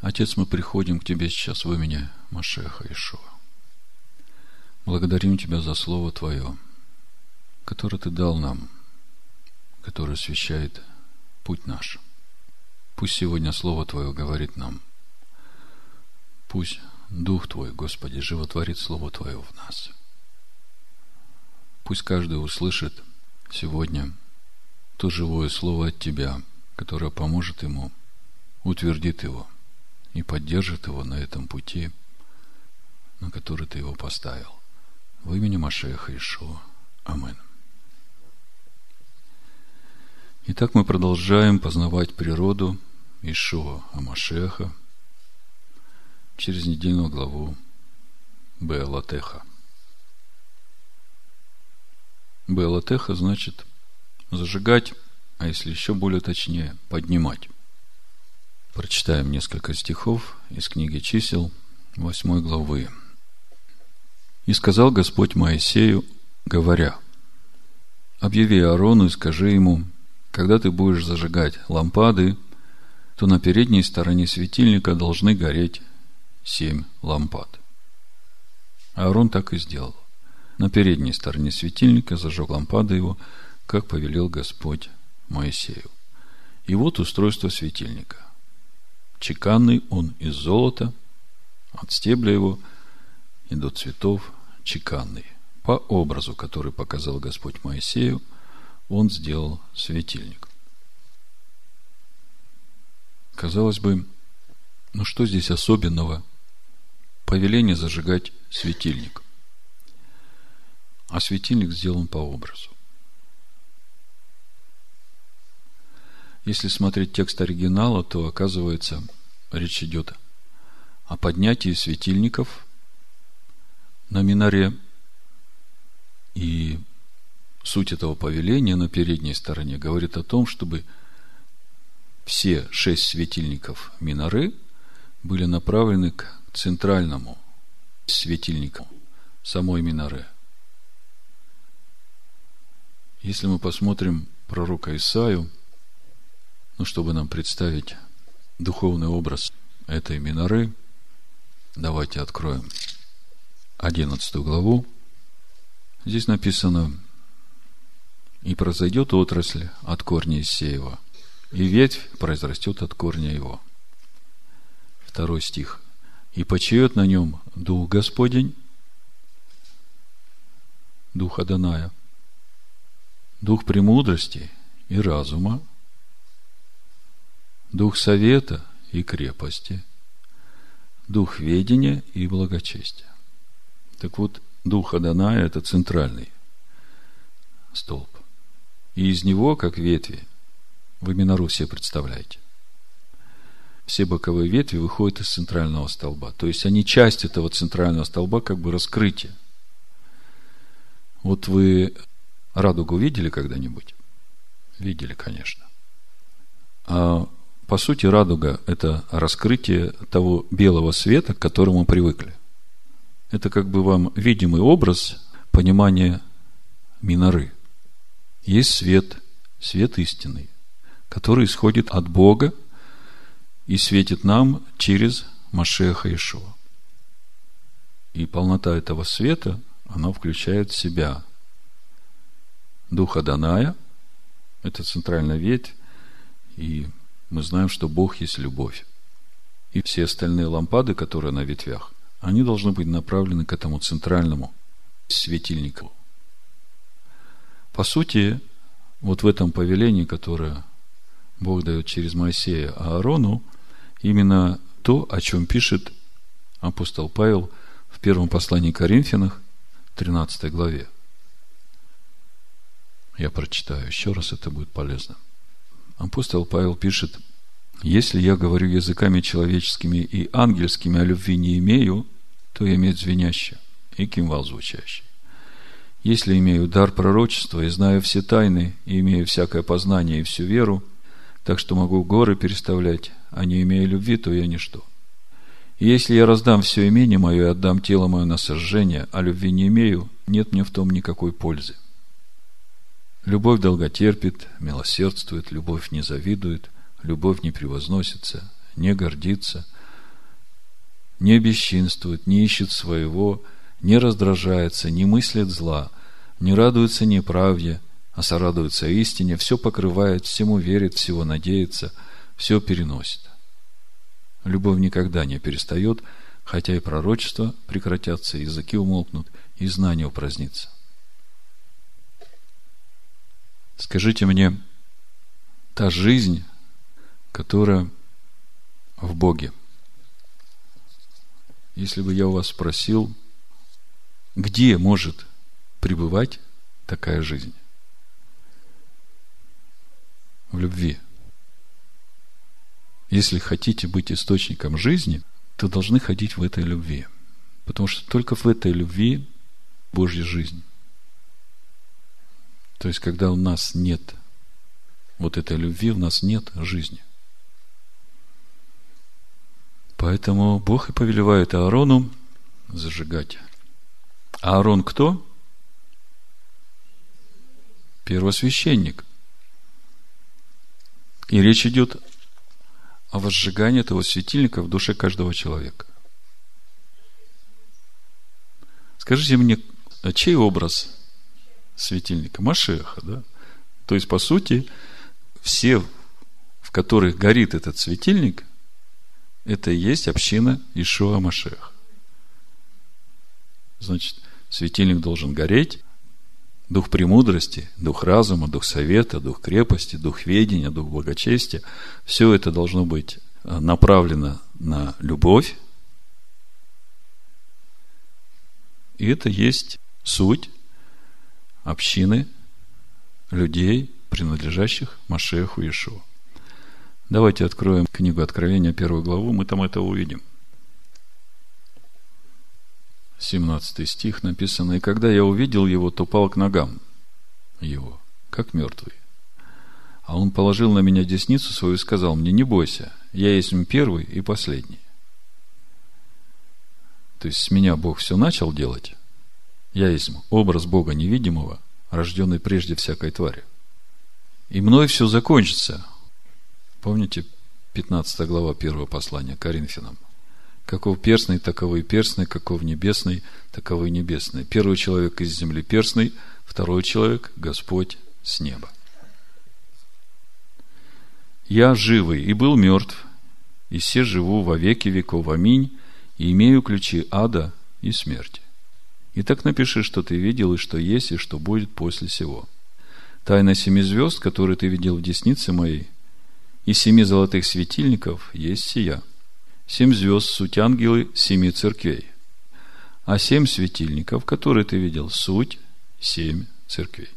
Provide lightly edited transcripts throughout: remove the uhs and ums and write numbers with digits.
Отец, мы приходим к Тебе сейчас в имени Машеха Иешуа. Благодарим Тебя за Слово Твое, которое Ты дал нам, которое освещает путь наш. Пусть сегодня Слово Твое говорит нам. Пусть Дух Твой, Господи, животворит Слово Твое в нас. Пусть каждый услышит сегодня то живое Слово от Тебя, которое поможет ему, утвердит его и поддержит его на этом пути, на который Ты его поставил. В имени Машеха Иешуа. Аминь. Итак, мы продолжаем познавать природу Иешуа ха-Машеха через недельную главу Беалатеха. Беалатеха значит зажигать, а если еще более точнее, поднимать. Прочитаем несколько стихов из книги Чисел, 8 главы. «И сказал Господь Моисею, говоря: объяви Аарону и скажи ему, когда ты будешь зажигать лампады, то на передней стороне светильника должны гореть 7 лампад». Аарон так и сделал. На передней стороне светильника зажег лампады его, как повелел Господь Моисею. И вот устройство светильника. Чеканный он из золота, от стебля его и до цветов чеканный. По образу, который показал Господь Моисею, он сделал светильник. Казалось бы, что здесь особенного? Повеление зажигать светильник. А светильник сделан по образу. Если смотреть текст оригинала, то, оказывается, речь идет о поднятии светильников на минаре. И суть этого повеления на передней стороне говорит о том, чтобы все 6 светильников минары были направлены к центральному светильнику самой минары. Если мы посмотрим пророка Исаию, чтобы нам представить духовный образ этой минары, давайте откроем 11 главу. Здесь написано: «И произойдет отрасль от корня Иссеева, и ветвь произрастет от корня его». 2 стих. «И почиет на нем Дух Господень, Дух Адоная, Дух премудрости и разума, Дух совета и крепости, Дух ведения и благочестия». Так вот, Дух Адоная – это центральный столб. И из него, как ветви, вы минору себе представляете, все боковые ветви выходят из центрального столба. То есть, они часть этого центрального столба, как бы раскрытие. Вот вы радугу видели когда-нибудь? Видели, конечно. А по сути, радуга – это раскрытие того белого света, к которому мы привыкли. Это как бы вам видимый образ понимания миноры. Есть свет, свет истинный, который исходит от Бога и светит нам через Машеха Иешуа. И полнота этого света, она включает в себя Дух Адоная, это центральная ветвь, и мы знаем, что Бог есть любовь. И все остальные лампады, которые на ветвях, они должны быть направлены к этому центральному светильнику. По сути, вот в этом повелении, которое Бог дает через Моисея Аарону, именно то, о чем пишет апостол Павел в первом послании к Коринфянах, 13 главе. Я прочитаю еще раз, это будет полезно. Апостол Павел пишет: «Если я говорю языками человеческими и ангельскими, а любви не имею, то я имею звенящее и кимвал звучащий. Если имею дар пророчества и знаю все тайны, и имею всякое познание и всю веру, так что могу горы переставлять, а не имея любви, то я ничто. И если я раздам все имение мое и отдам тело мое на сожжение, а любви не имею, нет мне в том никакой пользы. Любовь долготерпит, милосердствует, любовь не завидует, любовь не превозносится, не гордится, не бесчинствует, не ищет своего, не раздражается, не мыслит зла, не радуется неправде, а сорадуется истине, все покрывает, всему верит, всего надеется, все переносит. Любовь никогда не перестает, хотя и пророчества прекратятся, языки умолкнут, и знание упразднится. Скажите мне, та жизнь, которая в Боге, если бы я у вас спросил, где может пребывать такая жизнь? В любви. Если хотите быть источником жизни, то должны ходить в этой любви. Потому что только в этой любви Божья жизнь. То есть, когда у нас нет вот этой любви, у нас нет жизни. Поэтому Бог и повелевает Аарону зажигать. Аарон кто? Первосвященник. И речь идет о возжигании этого светильника в душе каждого человека. Скажите мне, а чей образ светильника? Машиаха, да? То есть, по сути, все, в которых горит этот светильник, это и есть община Иешуа Машиаха. Значит, светильник должен гореть. Дух премудрости, дух разума, дух совета, дух крепости, дух ведения, дух благочестия. Все это должно быть направлено на любовь. И это есть суть общины людей, принадлежащих Машиаху Иешуа. Давайте откроем книгу Откровения, 1 главу, мы там это увидим. 17 стих написано: «И когда я увидел его, то пал к ногам его, как мертвый. А он положил на меня десницу свою и сказал мне: не бойся, я есть первый и последний». То есть, с меня Бог все начал делать. Я есть образ Бога невидимого, рожденный прежде всякой твари. И мной все закончится. Помните, 15 глава 1 послания Коринфянам? Каков перстный, таковы перстный, каков небесный, таковы небесный. Первый человек из земли перстный, второй человек Господь с неба. Я живый и был мертв, и се живу во веки веков. Аминь. И имею ключи ада и смерти. Итак, напиши, что ты видел, и что есть, и что будет после сего. Тайна 7 звезд, которые ты видел в деснице моей, и 7 золотых светильников есть сия. 7 звезд суть ангелы 7 церквей, а 7 светильников, которые ты видел, суть 7 церквей.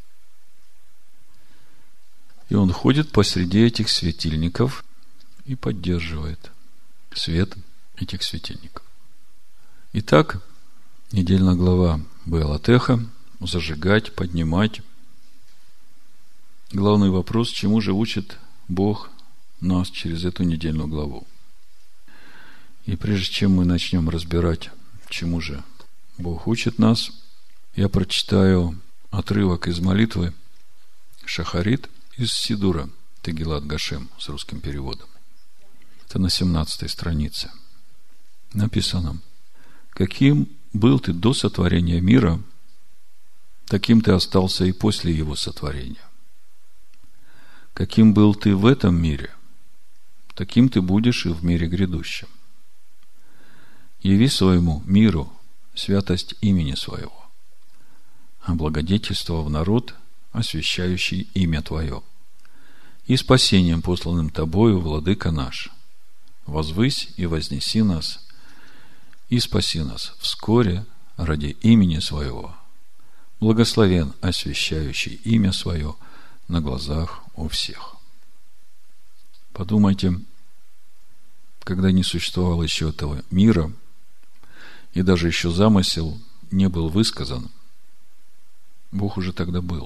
И он ходит посреди этих светильников и поддерживает свет этих светильников. Итак, недельная глава Беалатеха: зажигать, поднимать. Главный вопрос: чему же учит Бог нас через эту недельную главу? И прежде чем мы начнем разбирать, чему же Бог учит нас, я прочитаю отрывок из молитвы Шахарит из Сидура Тегилат Гашем с русским переводом. Это на 17 странице. Написано: «Каким был ты до сотворения мира, таким ты остался и после его сотворения. Каким был ты в этом мире, таким ты будешь и в мире грядущем. Яви своему миру святость имени своего, облагодетельствовав народ, освящающий имя Твое, и спасением, посланным Тобою, Владыка наш, возвысь и вознеси нас, и спаси нас вскоре ради имени Своего. Благословен освящающий имя Свое на глазах у всех». Подумайте, когда не существовало еще этого мира, и даже еще замысел не был высказан, Бог уже тогда был.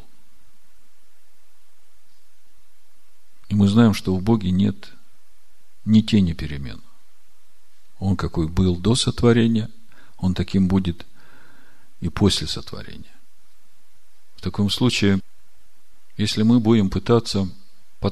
И мы знаем, что в Боге нет ни тени перемен. Он какой был до сотворения, Он таким будет и после сотворения. В таком случае, если мы будем пытаться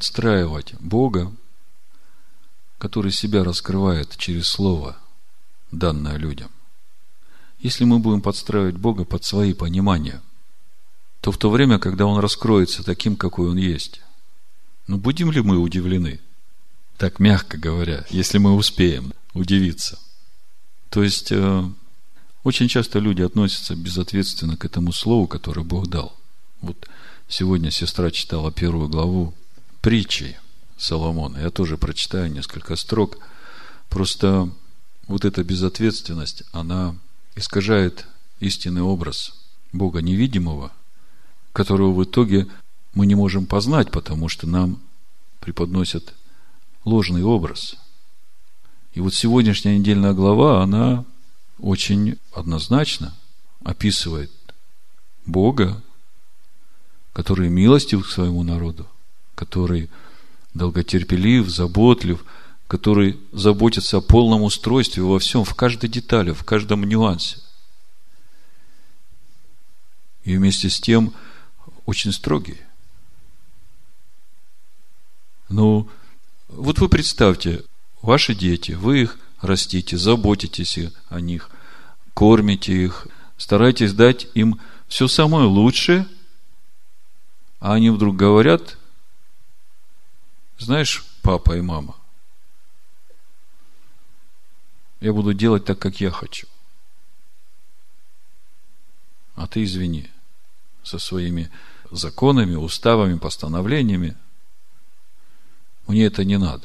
подстраивать Бога, который себя раскрывает через Слово данное людям. Если мы будем подстраивать Бога под свои понимания, то в то время, когда Он раскроется таким, какой Он есть, будем ли мы удивлены? Так мягко говоря, если мы успеем удивиться. То есть, очень часто люди относятся безответственно к этому слову, которое Бог дал. Вот сегодня сестра читала 1 главу притчи Соломона. Я тоже прочитаю несколько строк. Просто вот эта безответственность, она искажает истинный образ Бога невидимого, которого в итоге мы не можем познать, потому что нам преподносят ложный образ. И вот сегодняшняя недельная глава, она очень однозначно описывает Бога, который милостив к своему народу, который долготерпелив, заботлив, который заботится о полном устройстве во всем, в каждой детали, в каждом нюансе. И вместе с тем очень строгий. Вот вы представьте, ваши дети, вы их растите, заботитесь о них, кормите их, стараетесь дать им все самое лучшее, а они вдруг говорят: знаешь, папа и мама, я буду делать так, как я хочу. А ты извини, со своими законами, уставами, постановлениями. Мне это не надо.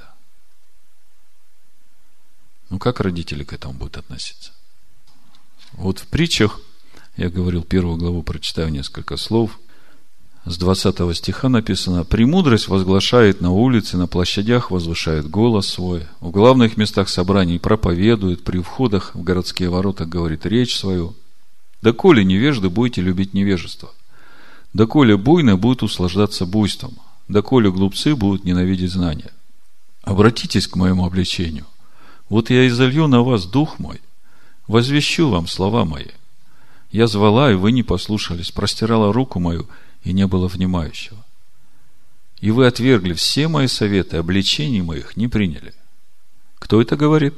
Как родители к этому будут относиться? Вот в притчах, я говорил, 1 главу прочитаю несколько слов. С 20 стиха написано: «Премудрость возглашает на улице, на площадях возвышает голос свой, в главных местах собраний проповедует, при входах в городские ворота говорит речь свою. Доколе невежды будете любить невежество, доколе буйные будут услаждаться буйством, доколе глупцы будут ненавидеть знания. Обратитесь к моему обличению. Вот я изолью на вас дух мой, возвещу вам слова мои. Я звала, и вы не послушались, простирала руку мою, и не было внимающего. И вы отвергли все мои советы, обличений моих не приняли». Кто это говорит?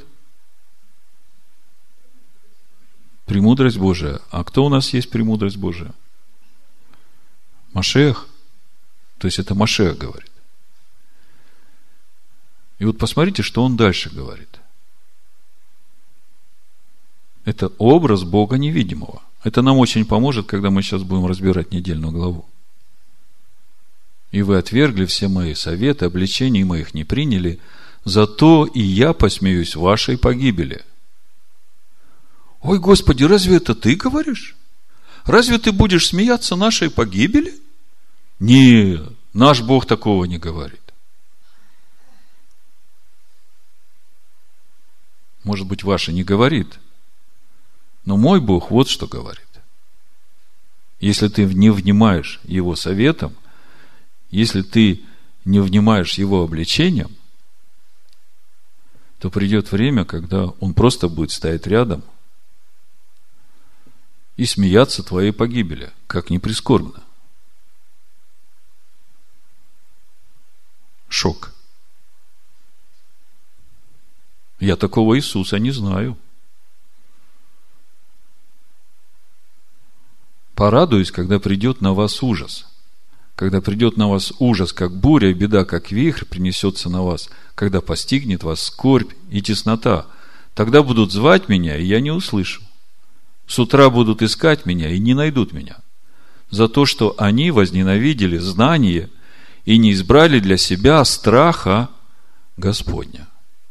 Премудрость Божия. А кто у нас есть премудрость Божия? Машиах. То есть это Машиах говорит. И вот посмотрите, что он дальше говорит. Это образ Бога невидимого. Это нам очень поможет, когда мы сейчас будем разбирать недельную главу. «И вы отвергли все мои советы, обличений моих не приняли, зато и я посмеюсь вашей погибели». Ой, Господи, разве это ты говоришь? Разве ты будешь смеяться нашей погибели? Нет, наш Бог такого не говорит. Может быть, ваш и не говорит, но мой Бог вот что говорит. Если ты не внимаешь Его советам, если ты не внимаешь Его обличениям, то придет время, когда Он просто будет стоять рядом и смеяться твоей погибели, как ни прискорбно. Шок. Я такого Иисуса не знаю. Порадуюсь, когда придет на вас ужас. Когда придет на вас ужас, как буря, и беда, как вихрь, принесется на вас, когда постигнет вас скорбь и теснота. Тогда будут звать меня, и я не услышу. С утра будут искать меня, и не найдут меня. За то, что они возненавидели знание и не избрали для себя страха Господня.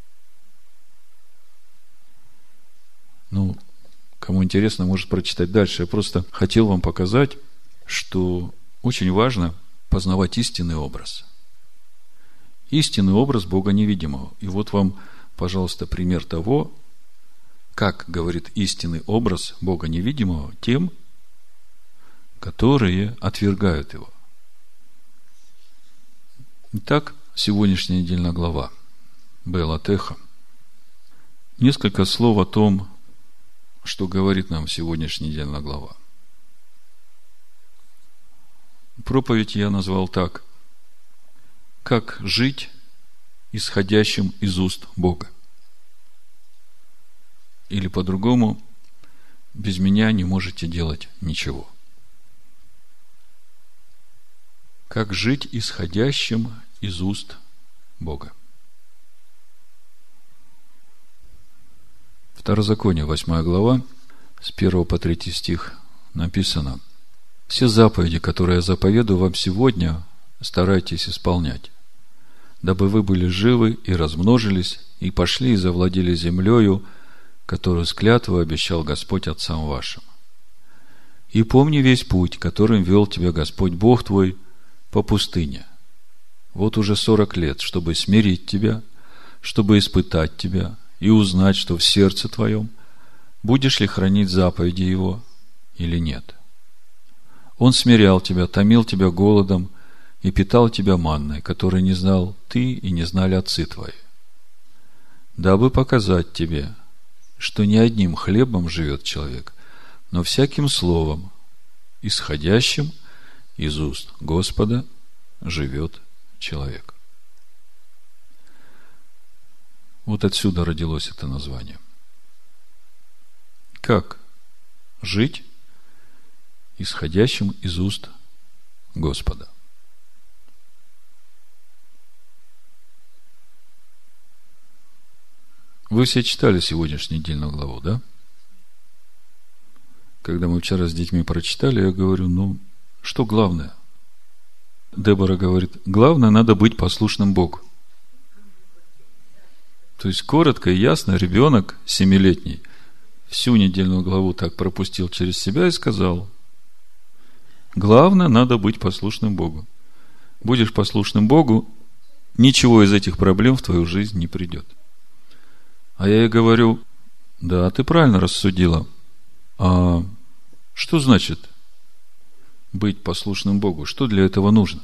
Кому интересно, может прочитать дальше. Я просто хотел вам показать, что очень важно познавать истинный образ. Истинный образ Бога невидимого. И вот вам, пожалуйста, пример того, как говорит истинный образ Бога невидимого тем, которые отвергают его. Итак, сегодняшняя недельная глава Беэлатеха. Несколько слов о том, что говорит нам сегодняшняя недельная глава. Проповедь я назвал так: как жить исходящим из уст Бога. Или по-другому, без меня не можете делать ничего. Как жить исходящим из уст Бога? Второзаконие, 8 глава, с 1 по 3 стих написано: «Все заповеди, которые я заповедую вам сегодня, старайтесь исполнять, дабы вы были живы и размножились, и пошли и завладели землею, которую с клятвой обещал Господь отцам вашим. И помни весь путь, которым вел тебя Господь Бог твой по пустыне. Вот уже 40 лет, чтобы смирить тебя, чтобы испытать тебя и узнать, что в сердце твоем, будешь ли хранить заповеди Его или нет. Он смирял тебя, томил тебя голодом и питал тебя манной, которой не знал ты и не знали отцы твои, дабы показать тебе, что не одним хлебом живет человек, но всяким словом, исходящим из уст Господа, живет человек». Вот отсюда родилось это название. Как жить исходящим из уст Господа? Вы все читали сегодняшнюю недельную главу, да? Когда мы вчера с детьми прочитали, я говорю, что главное? Дебора говорит, главное, надо быть послушным Богу. То есть, коротко и ясно, ребенок 7-летний всю недельную главу так пропустил через себя и сказал, главное, надо быть послушным Богу. Будешь послушным Богу, ничего из этих проблем в твою жизнь не придет. А я ей говорю, да, ты правильно рассудила. А что значит быть послушным Богу? Что для этого нужно?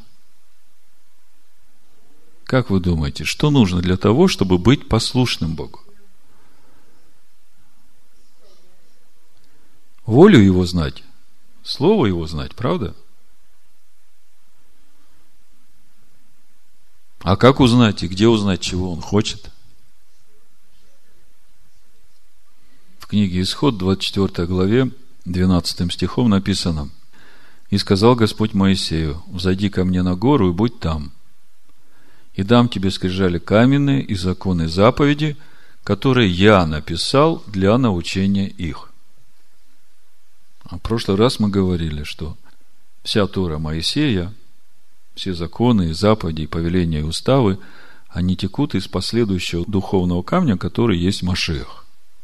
Как вы думаете, что нужно для того, чтобы быть послушным Богу? Волю Его знать, Слово Его знать, правда? А как узнать и где узнать, чего Он хочет? В книге Исход, 24 главе, 12 стихом написано: «И сказал Господь Моисею, взойди ко мне на гору и будь там, и дам тебе скрижали каменные и законы заповеди, которые я написал для научения их». А в прошлый раз мы говорили, что вся Тора Моисея, все законы, заповеди, повеления и уставы, они текут из последующего духовного камня, который есть Машиах.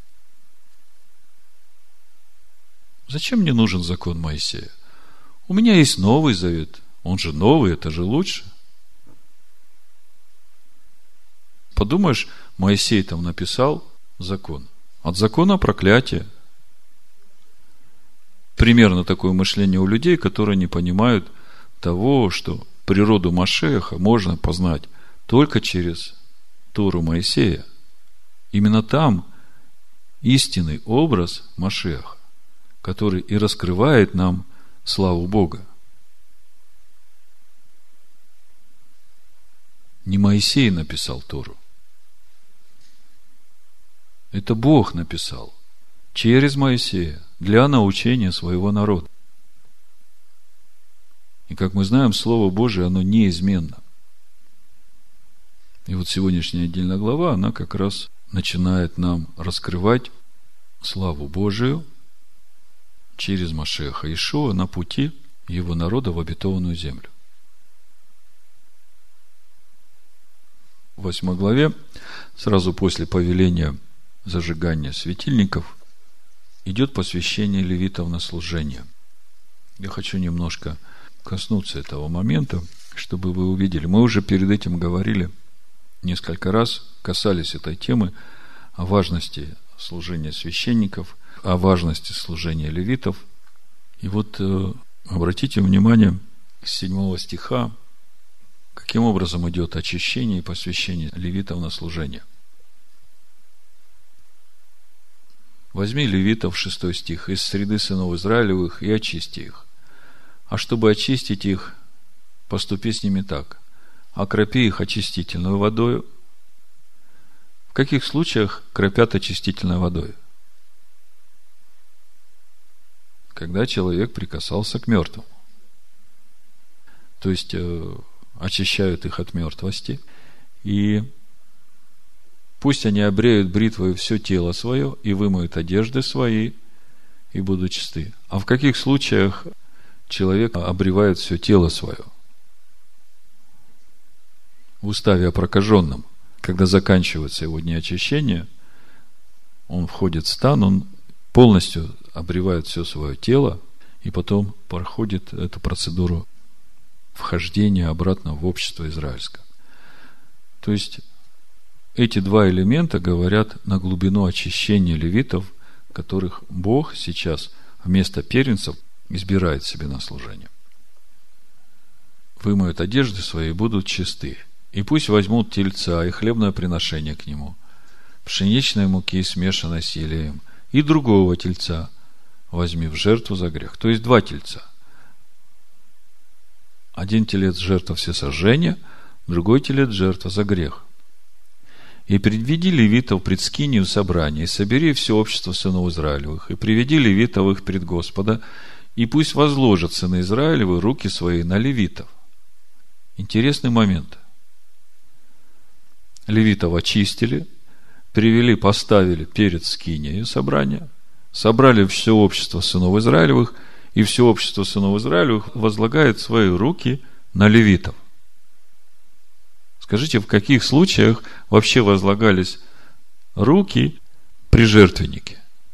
Зачем мне нужен закон Моисея? У меня есть Новый Завет. Он же новый, это же лучше. Подумаешь, Моисей там написал закон. От закона проклятие. Примерно такое мышление у людей, которые не понимают того, что природу Машиаха можно познать только через Тору Моисея. Именно там истинный образ Машиаха, который и раскрывает нам славу Бога. Не Моисей написал Тору. Это Бог написал через Моисея для научения своего народа. И как мы знаем, Слово Божие, оно неизменно. И вот сегодняшняя недельная глава, она как раз начинает нам раскрывать славу Божию через Машиаха Иешуа на пути его народа в обетованную землю. В 8 главе, сразу после повеления зажигания светильников, идет посвящение левитов на служение. Я хочу немножко коснуться этого момента, чтобы вы увидели. Мы уже перед этим говорили несколько раз, касались этой темы о важности служения священников, о важности служения левитов. И вот обратите внимание с 7 стиха, каким образом идет очищение и посвящение левитов на служение. Возьми левитов, 6 стих, из среды сынов Израилевых и очисти их. А чтобы очистить их, поступи с ними так: окропи их очистительной водою. В каких случаях кропят очистительной водой? когда человек прикасался к мертвому. То есть, очищают их от мертвости. И пусть они обреют бритвой все тело свое и вымоют одежды свои, и будут чисты. А в каких случаях человек обревает все тело свое? В уставе о прокаженном, когда заканчивается его дни очищения, он входит в стан, он полностью обревает все свое тело, и потом проходит эту процедуру вхождения обратно в общество израильское. То есть, эти два элемента говорят на глубину очищения левитов, которых Бог сейчас вместо первенцев избирает себе на служение. Вымоют одежды свои и будут чисты. И пусть возьмут тельца и хлебное приношение к нему, пшеничной муки, смешанной с елеем, и другого тельца возьми в жертву за грех. То есть, два тельца. Один телец жертва всесожжения, другой телец жертва за грех. И предведи левитов пред скинию собрания, и собери все общество сынов Израилевых, и приведи левитов их пред Господа, и пусть возложат сыны Израилевы руки свои на левитов. Интересный момент. Левитов очистили, привели, поставили перед скинией собрания, собрали все общество сынов Израилевых, и все общество сынов Израилевых возлагает свои руки на левитов. Скажите, в каких случаях вообще возлагались руки при жертвеннике?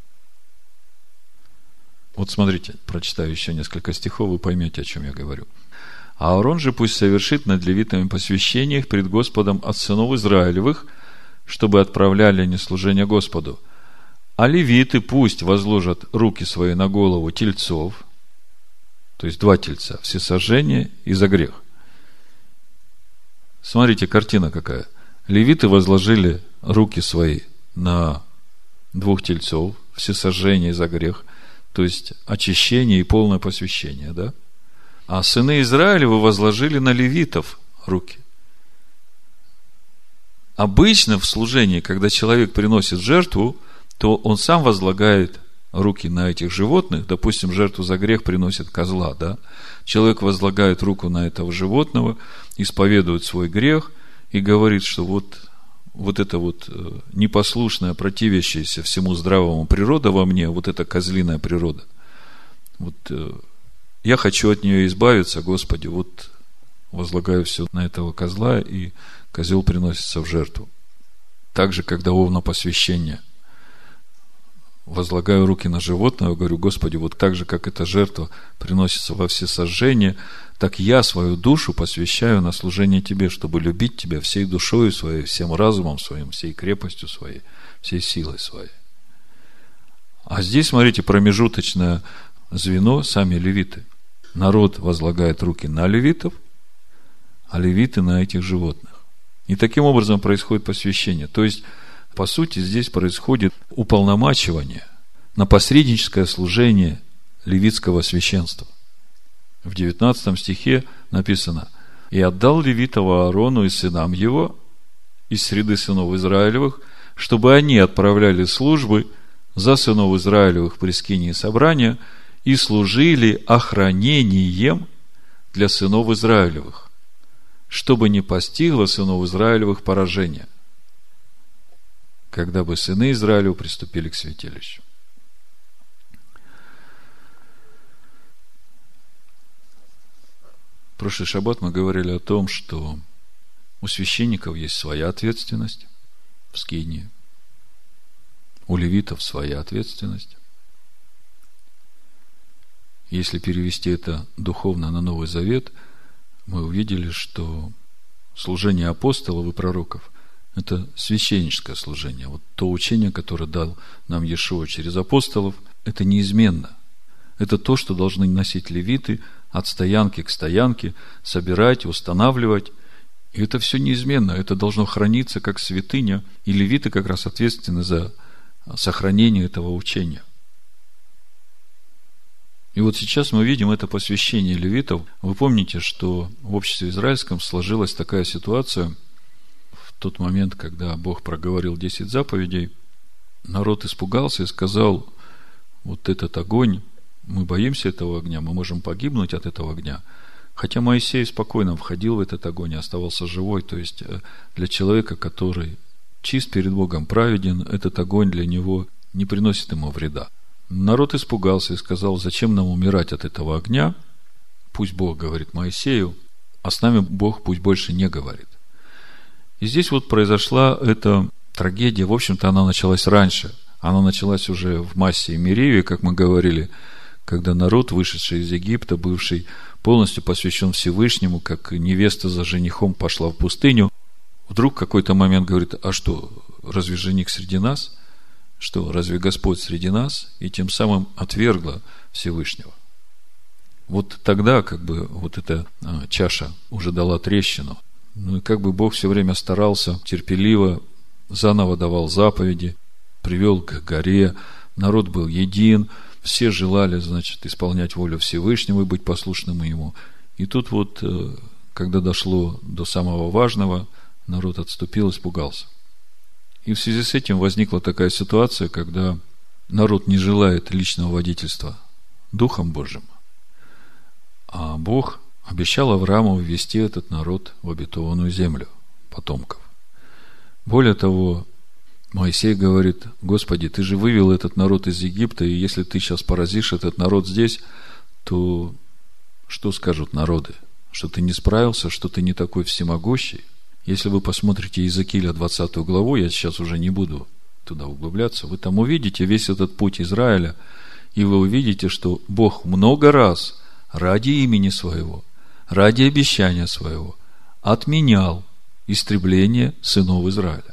Вот смотрите, прочитаю еще несколько стихов, вы поймете, о чем я говорю. А Аарон же пусть совершит над левитами посвящение их пред Господом от сынов Израилевых, чтобы отправляли они служение Господу. А левиты пусть возложат руки свои на голову тельцов, то есть два тельца, всесожжение и за грех. Смотрите, картина какая. Левиты возложили руки свои на двух тельцов, всесожжение и за грех, то есть очищение и полное посвящение, да? А сыны Израилевы возложили на левитов руки. Обычно в служении, когда человек приносит жертву, то он сам возлагает руки на этих животных. Допустим, жертву за грех приносит козла, да? Человек возлагает руку на этого животного, исповедует свой грех и говорит, что вот эта вот непослушная, противящаяся всему здравому природа во мне, вот эта козлиная природа, я хочу от нее избавиться, Господи, возлагаю все на этого козла, и козел приносится в жертву. Также, когда овна посвящение, возлагаю руки на животное, говорю, Господи, так же, как эта жертва приносится во всесожжение, так я свою душу посвящаю на служение Тебе, чтобы любить Тебя всей душою своей, всем разумом своим, всей крепостью своей, всей силой своей. А здесь, смотрите, промежуточное звено, сами левиты. Народ возлагает руки на левитов, а левиты на этих животных. И таким образом происходит посвящение. То есть, по сути, здесь происходит уполномачивание на посредническое служение левитского священства. В 19 стихе написано: «И отдал левитова Аарону и сынам его из среды сынов Израилевых, чтобы они отправляли службы за сынов Израилевых при скинии собрания и служили охранением для сынов Израилевых, чтобы не постигло сынов Израилевых поражение, когда бы сыны Израилевы приступили к святилищу». В прошлый шаббат мы говорили о том, что у священников есть своя ответственность в скинии, у левитов своя ответственность. Если перевести это духовно на Новый Завет, мы увидели, что служение апостолов и пророков – это священническое служение. То учение, которое дал нам Иешуа через апостолов, это неизменно. Это то, что должны носить левиты от стоянки к стоянке, собирать, устанавливать. И это все неизменно. Это должно храниться как святыня. И левиты как раз ответственны за сохранение этого учения. И сейчас мы видим это посвящение левитов. Вы помните, что в обществе израильском сложилась такая ситуация в тот момент, когда Бог проговорил 10 заповедей. Народ испугался и сказал: этот огонь, мы боимся этого огня, мы можем погибнуть от этого огня. Хотя Моисей спокойно входил в этот огонь и оставался живой. То есть для человека, который чист перед Богом, праведен, этот огонь для него не приносит ему вреда. Народ испугался и сказал: зачем нам умирать от этого огня? Пусть Бог говорит Моисею, а с нами Бог пусть больше не говорит. И здесь вот произошла эта трагедия. В общем-то, она началась раньше. Она началась уже в Массе и Мериве, как мы говорили, когда народ, вышедший из Египта, бывший полностью посвящен Всевышнему, как невеста за женихом пошла в пустыню, вдруг в какой-то момент говорит: а что, разве жених среди нас? Что, разве Господь среди нас? И тем самым отвергла Всевышнего. Вот тогда вот эта чаша уже дала трещину. Ну и Бог все время старался, терпеливо, заново давал заповеди, привел к горе, народ был един, все желали, исполнять волю Всевышнего и быть послушным Ему. И тут вот, когда дошло до самого важного, народ отступил, испугался. И в связи с этим возникла такая ситуация, когда народ не желает личного водительства Духом Божьим, а Бог обещал Аврааму ввести этот народ в обетованную землю потомков. Более того, Моисей говорит: Господи, Ты же вывел этот народ из Египта, и если Ты сейчас поразишь этот народ здесь, то что скажут народы? Что Ты не справился, что Ты не такой всемогущий? Если вы посмотрите Иезекииля 20 главу, я сейчас уже не буду туда углубляться, вы там увидите весь этот путь Израиля, и вы увидите, что Бог много раз ради имени Своего, ради обещания Своего отменял истребление сынов Израиля.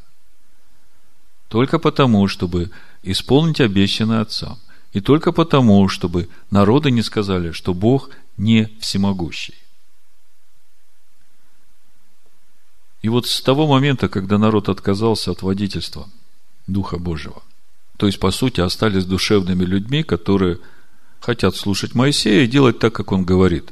Только потому, чтобы исполнить обещанное отцам. И только потому, чтобы народы не сказали, что Бог не всемогущий. И вот с того момента, когда народ отказался от водительства Духа Божьего, то есть, по сути, остались душевными людьми, которые хотят слушать Моисея и делать так, как он говорит.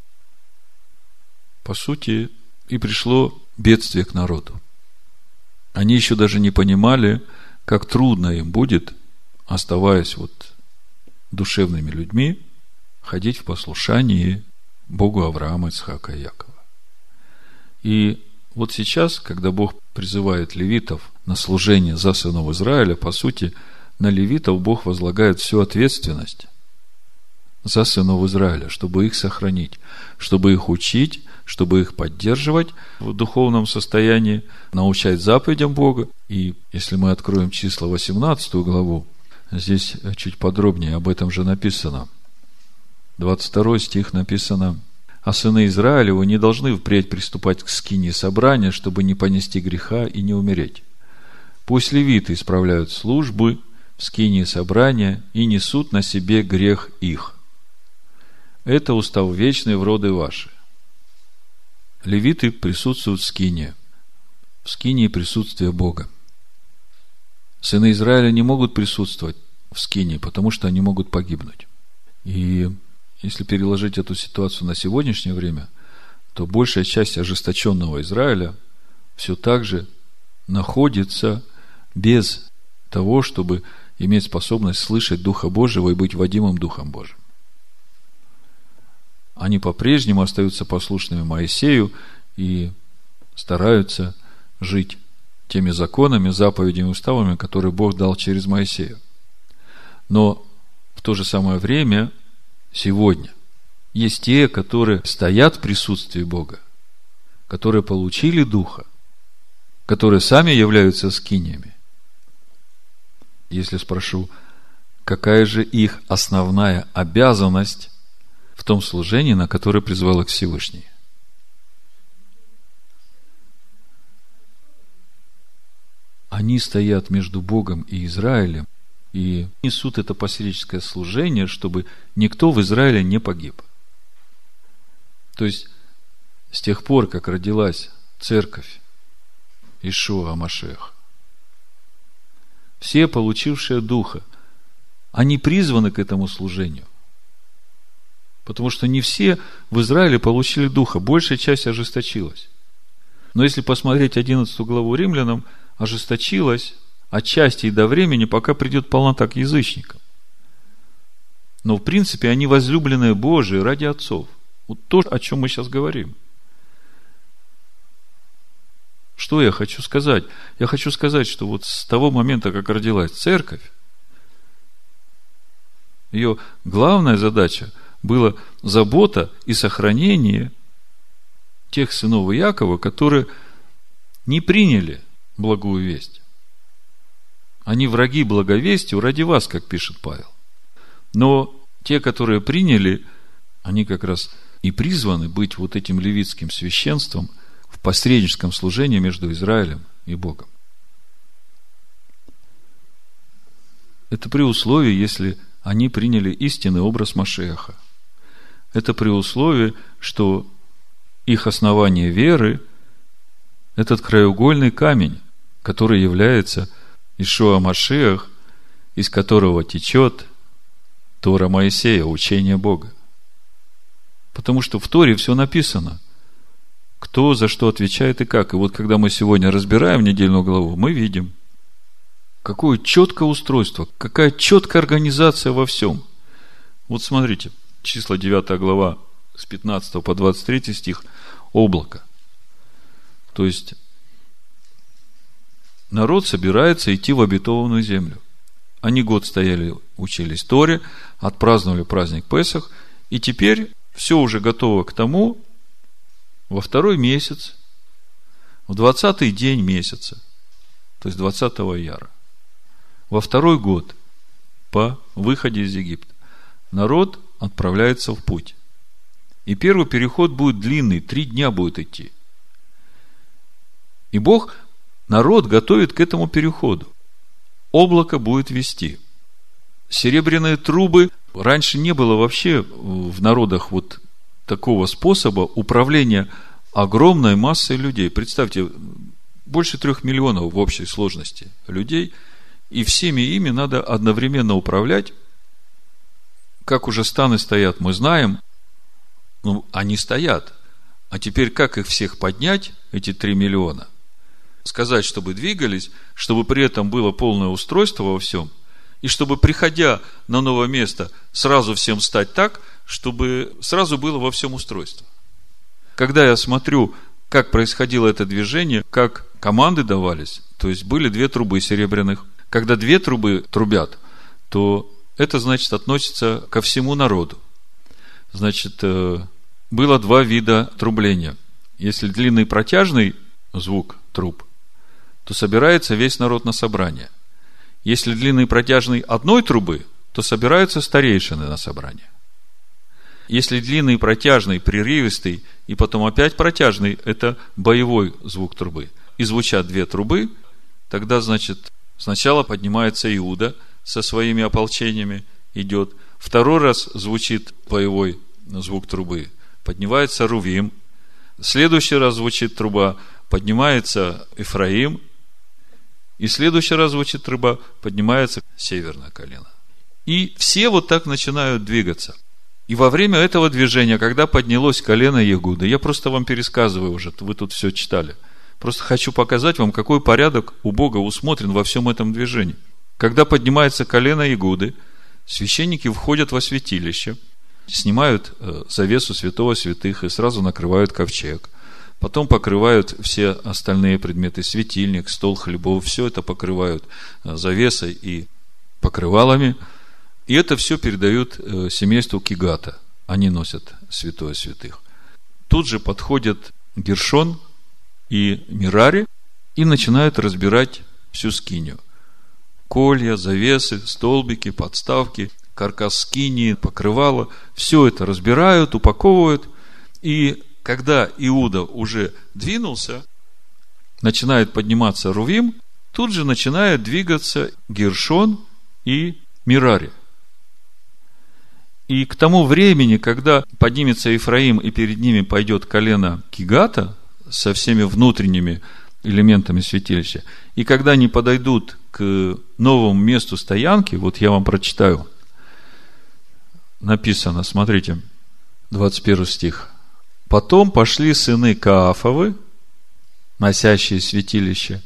По сути, и пришло бедствие к народу. Они еще даже не понимали, как трудно им будет, оставаясь душевными людьми, ходить в послушании Богу Авраама, Ицхака и Якова. И вот сейчас, когда Бог призывает левитов на служение за сынов Израиля, по сути, на левитов Бог возлагает всю ответственность за сынов Израиля, чтобы их сохранить, чтобы их учить, чтобы их поддерживать в духовном состоянии, научать заповедям Бога. И если мы откроем числа 18 главу, здесь чуть подробнее об этом же написано. 22 стих написано: «А сыны Израилевы не должны впредь приступать к скинии собрания, чтобы не понести греха и не умереть. Пусть левиты исправляют службы в скинии собрания и несут на себе грех их. Это устав вечный в роды ваши». Левиты присутствуют в скинии присутствие Бога. Сыны Израиля не могут присутствовать в скинии, потому что они могут погибнуть. И если переложить эту ситуацию на сегодняшнее время, то большая часть ожесточенного Израиля все так же находится без того, чтобы иметь способность слышать Духа Божьего и быть водимым Духом Божьим. Они по-прежнему остаются послушными Моисею и стараются жить теми законами, заповедями, уставами, которые Бог дал через Моисея. Но в то же самое время сегодня есть те, которые стоят в присутствии Бога, которые получили Духа, которые сами являются скиниями. Если спрошу, какая же их основная обязанность в том служении, на которое призвал их Всевышний? Они стоят между Богом и Израилем и несут это посредническое служение, чтобы никто в Израиле не погиб. То есть, с тех пор, как родилась церковь Иешуа ха-Машиах, все, получившие Духа, они призваны к этому служению. Потому что не все в Израиле получили Духа, большая часть ожесточилась. Но если посмотреть 11 главу Римлянам, ожесточилась отчасти и до времени, пока придет полнота к язычникам. Но, в принципе, они возлюбленные Божии ради отцов. Вот то, о чем мы сейчас говорим. Что я хочу сказать? Я хочу сказать, что вот с того момента, как родилась церковь, ее главная задача была забота и сохранение тех сынов Иакова, которые не приняли благую весть. Они враги благовестию ради вас, как пишет Павел. Но те, которые приняли, они как раз и призваны быть вот этим левитским священством в посредническом служении между Израилем и Богом. Это при условии, если они приняли истинный образ Машиаха. Это при условии, что их основание веры – этот краеугольный камень, который является Иешуа Машиах, из которого течет Тора Моисея, учение Бога. Потому что в Торе все написано, кто за что отвечает и как. И вот когда мы сегодня разбираем недельную главу, мы видим, какое четкое устройство, какая четкая организация во всем. Вот смотрите, числа 9 глава с 15 по 23 стих, облако. То есть, народ собирается идти в обетованную землю. Они год стояли, учились Торе, отпраздновали праздник Песах, и теперь все уже готово к тому, во второй месяц, в 20-й день месяца, то есть 20-го Ияра, во второй год по выходе из Египта, народ отправляется в путь. И первый переход будет длинный, 3 дня будет идти. И Бог народ готовит к этому переходу. Облако будет вести. Серебряные трубы. Раньше не было вообще в народах вот такого способа управления огромной массой людей. Представьте, больше 3 миллионов в общей сложности людей, и всеми ими надо одновременно управлять. Как уже станы стоят, мы знаем, они стоят. А теперь как их всех поднять, эти 3 миллиона? Сказать, чтобы двигались, чтобы при этом было полное устройство во всем, и чтобы, приходя на новое место, сразу всем стать так, чтобы сразу было во всем устройство. Когда я смотрю, как происходило это движение, как команды давались, то есть были 2 трубы серебряных. Когда 2 трубы трубят, то это, значит, относится ко всему народу. Значит, было 2 вида трубления. Если длинный протяжный звук труб, то собирается весь народ на собрание. Если длинный протяжный одной трубы, то собираются старейшины на собрание. Если длинный протяжный, прерывистый и потом опять протяжный, это боевой звук трубы. И звучат 2 трубы, тогда, значит, сначала поднимается Иуда со своими ополчениями, идет. Второй раз звучит боевой звук трубы, поднимается Рувим. В следующий раз звучит труба, поднимается Ефраим. И в следующий раз звучит труба, поднимается северное колено. И все вот так начинают двигаться. И во время этого движения, когда поднялось колено Иуды, я просто вам пересказываю уже, вы тут все читали. Просто хочу показать вам, какой порядок у Бога усмотрен во всем этом движении. Когда поднимается колено Иуды, священники входят во святилище, снимают завесу святого святых и сразу накрывают ковчег. Потом покрывают все остальные предметы, светильник, стол хлебов, все это покрывают завесой и покрывалами. И это все передают семейству Кигата. Они носят святое святых. Тут же подходят Гершон и Мерари и начинают разбирать всю скинию. Колья, завесы, столбики, подставки, каркас скинии, покрывало. Все это разбирают, упаковывают. И когда Иуда уже двинулся, начинает подниматься Рувим, тут же начинает двигаться Гершон и Мерари. И к тому времени, когда поднимется Ефраим и перед ними пойдет колено Кигата со всеми внутренними элементами святилища, и когда они подойдут к новому месту стоянки, вот я вам прочитаю, написано, смотрите, 21 стих. Потом пошли сыны Каафовы, носящие святилище.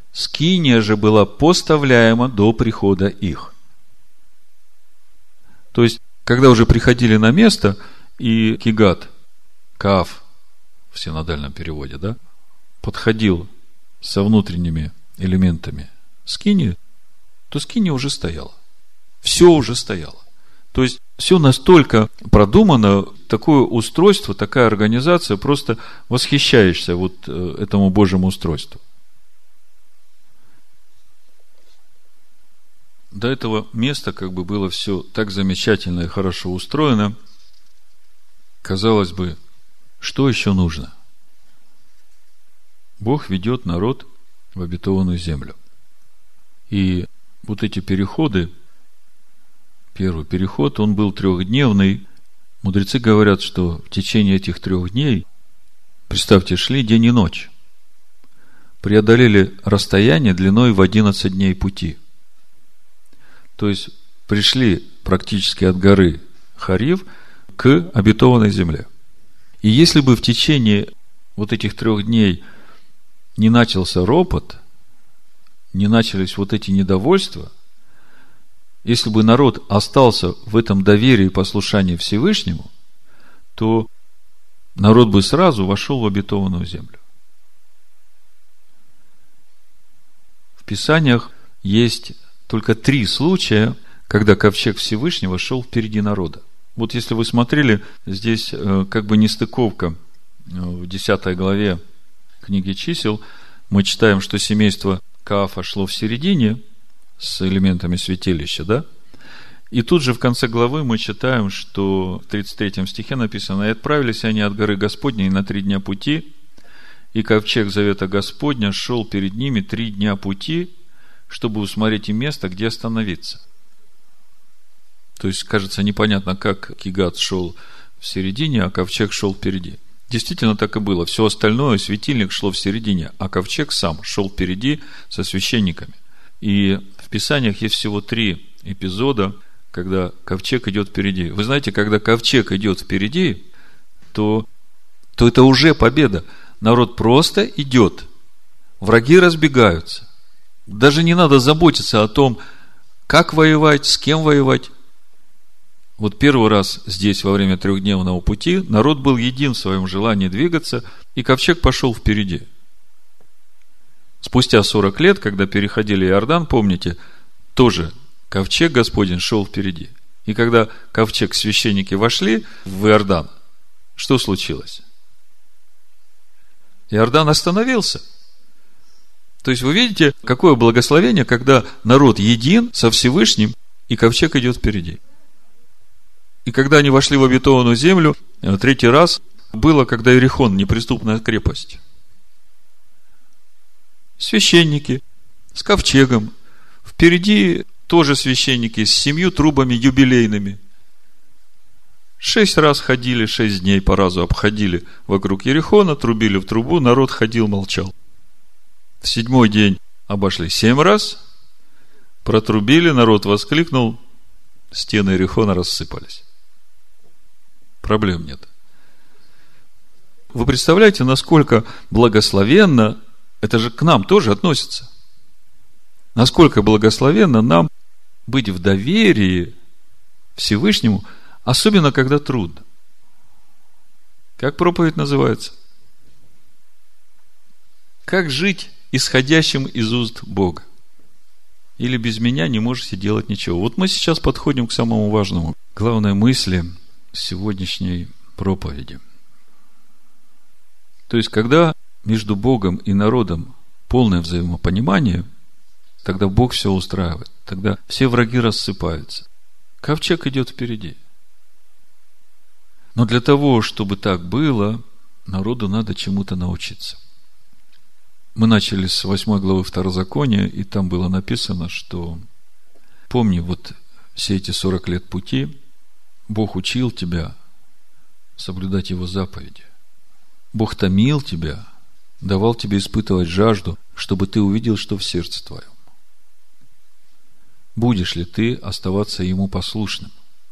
Скиния же была поставляема до прихода их. То есть, когда уже приходили на место, и Кигат, Кааф, в синодальном переводе, да, подходил со внутренними элементами скинии, то скиния уже стояла. Все уже стояло. То есть, все настолько продумано, такое устройство, такая организация, просто восхищаешься вот этому Божьему устройству. До этого места как бы было все так замечательно и хорошо устроено. Казалось бы, что еще нужно? Бог ведет народ в обетованную землю. И вот эти переходы, первый переход, он был 3-дневный. Мудрецы говорят, что в течение этих 3 дней, представьте, шли день и ночь. Преодолели расстояние длиной в 11 дней пути. То есть, пришли практически от горы Харив к обетованной земле. И если бы в течение вот этих 3 дней не начался ропот, не начались вот эти недовольства, если бы народ остался в этом доверии и послушании Всевышнему, то народ бы сразу вошел в обетованную землю. В Писаниях есть только 3 случая, когда ковчег Всевышнего шел впереди народа. Вот если вы смотрели, здесь как бы нестыковка. В 10 главе книги Чисел мы читаем, что семейство Каафа шло в середине с элементами святилища, да? И тут же в конце главы мы читаем, что в 33 стихе написано: «И отправились они от горы Господней на 3 дня пути, и ковчег завета Господня шел перед ними 3 дня пути, чтобы усмотреть им место, где остановиться». То есть, кажется, непонятно, как Кигат шел в середине, а ковчег шел впереди. Действительно, так и было. Все остальное, светильник шло в середине, а ковчег сам шел впереди со священниками. И в Писаниях есть всего 3 эпизода, когда ковчег идет впереди. Вы знаете, когда ковчег идет впереди, то это уже победа. Народ просто идет. Враги разбегаются. Даже не надо заботиться о том, как воевать, с кем воевать. Вот первый раз здесь во время 3-дневного пути народ был един в своем желании двигаться, и ковчег пошел впереди. Спустя 40 лет, когда переходили Иордан, помните, тоже ковчег Господень шел впереди. И когда ковчег священники вошли в Иордан, что случилось? Иордан остановился. То есть, вы видите, какое благословение, когда народ един со Всевышним, и ковчег идет впереди. И когда они вошли в обетованную землю, 3-й раз было, когда Иерихон, неприступная крепость. Священники с ковчегом. Впереди тоже священники с 7 трубами юбилейными. 6 раз ходили, 6 дней по разу обходили вокруг Иерихона, трубили в трубу, народ ходил, молчал. В 7-й день обошли 7 раз, протрубили, народ воскликнул, стены Иерихона рассыпались. Проблем нет. Вы представляете, насколько благословенно, это же к нам тоже относится, насколько благословенно нам быть в доверии Всевышнему, особенно когда трудно. Как проповедь называется? Как жить исходящим из уст Бога? Или без меня не можете делать ничего. Вот мы сейчас подходим к самому важному. Главной мысли сегодняшней проповеди. То есть, когда между Богом и народом полное взаимопонимание, тогда Бог все устраивает. Тогда все враги рассыпаются. Ковчег идет впереди. Но для того, чтобы так было, народу надо чему-то научиться. Мы начали с 8 главы Второзакония, и там было написано, что помни, вот все эти 40 лет пути, Бог учил тебя соблюдать Его заповеди. Бог томил тебя, давал тебе испытывать жажду, чтобы ты увидел, что в сердце твоем. Будешь ли ты оставаться Ему послушным?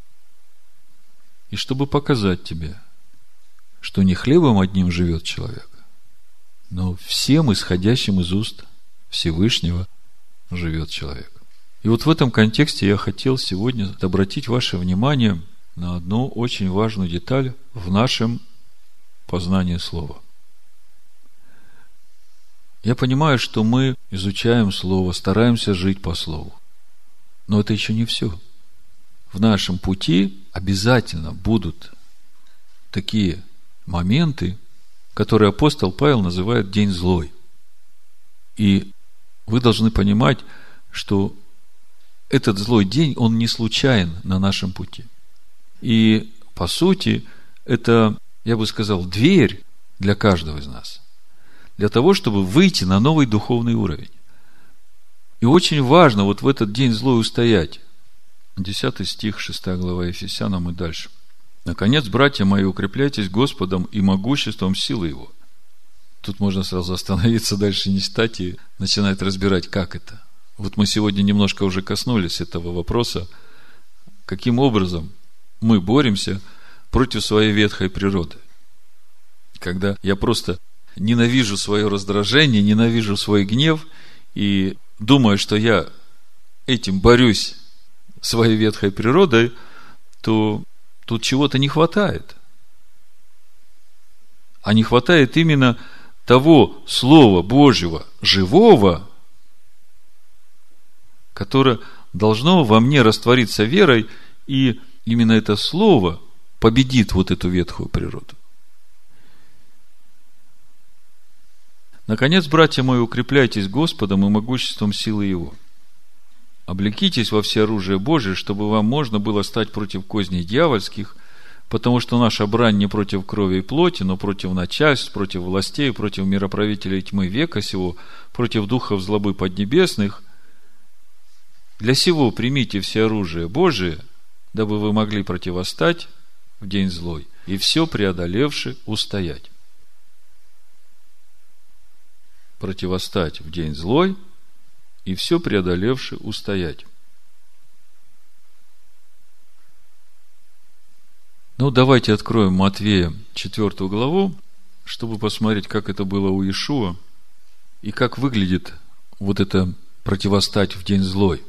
И чтобы показать тебе, что не хлебом одним живет человек, но всем исходящим из уст Всевышнего живет человек. И вот в этом контексте я хотел сегодня обратить ваше внимание на одну очень важную деталь в нашем познании Слова. Я понимаю, что мы изучаем Слово, стараемся жить по Слову. Но это еще не все. В нашем пути обязательно будут такие моменты, которые апостол Павел называет день злой. И вы должны понимать, что этот злой день, он не случайен на нашем пути. И, по сути, это, я бы сказал, дверь для каждого из нас. Для того, чтобы выйти на новый духовный уровень. И очень важно вот в этот день злой устоять. 10 стих, 6 глава Ефесянам и дальше. «Наконец, братья мои, укрепляйтесь Господом и могуществом силы Его». Тут можно сразу остановиться, дальше не читать и начинать разбирать, как это. Вот мы сегодня немножко уже коснулись этого вопроса, каким образом мы боремся против своей ветхой природы. Когда я просто ненавижу свое раздражение, ненавижу свой гнев и думаю, что я этим борюсь своей ветхой природой, то тут чего-то не хватает. А не хватает именно того Слова Божьего, живого, которое должно во мне раствориться верой, и именно это Слово победит вот эту ветхую природу. Наконец, братья мои, укрепляйтесь Господом и могуществом силы Его. Облекитесь во все оружие Божие, чтобы вам можно было стать против козней дьявольских, потому что наша брань не против крови и плоти, но против начальств, против властей, против мироправителей тьмы века сего, против духов злобы поднебесных. Для сего примите все оружие Божие, дабы вы могли противостать в день злой, и все преодолевши устоять. Противостать в день злой, и все преодолевши устоять. Ну, давайте откроем Матвея 4 главу, чтобы посмотреть, как это было у Иешуа, и как выглядит вот это противостать в день злой.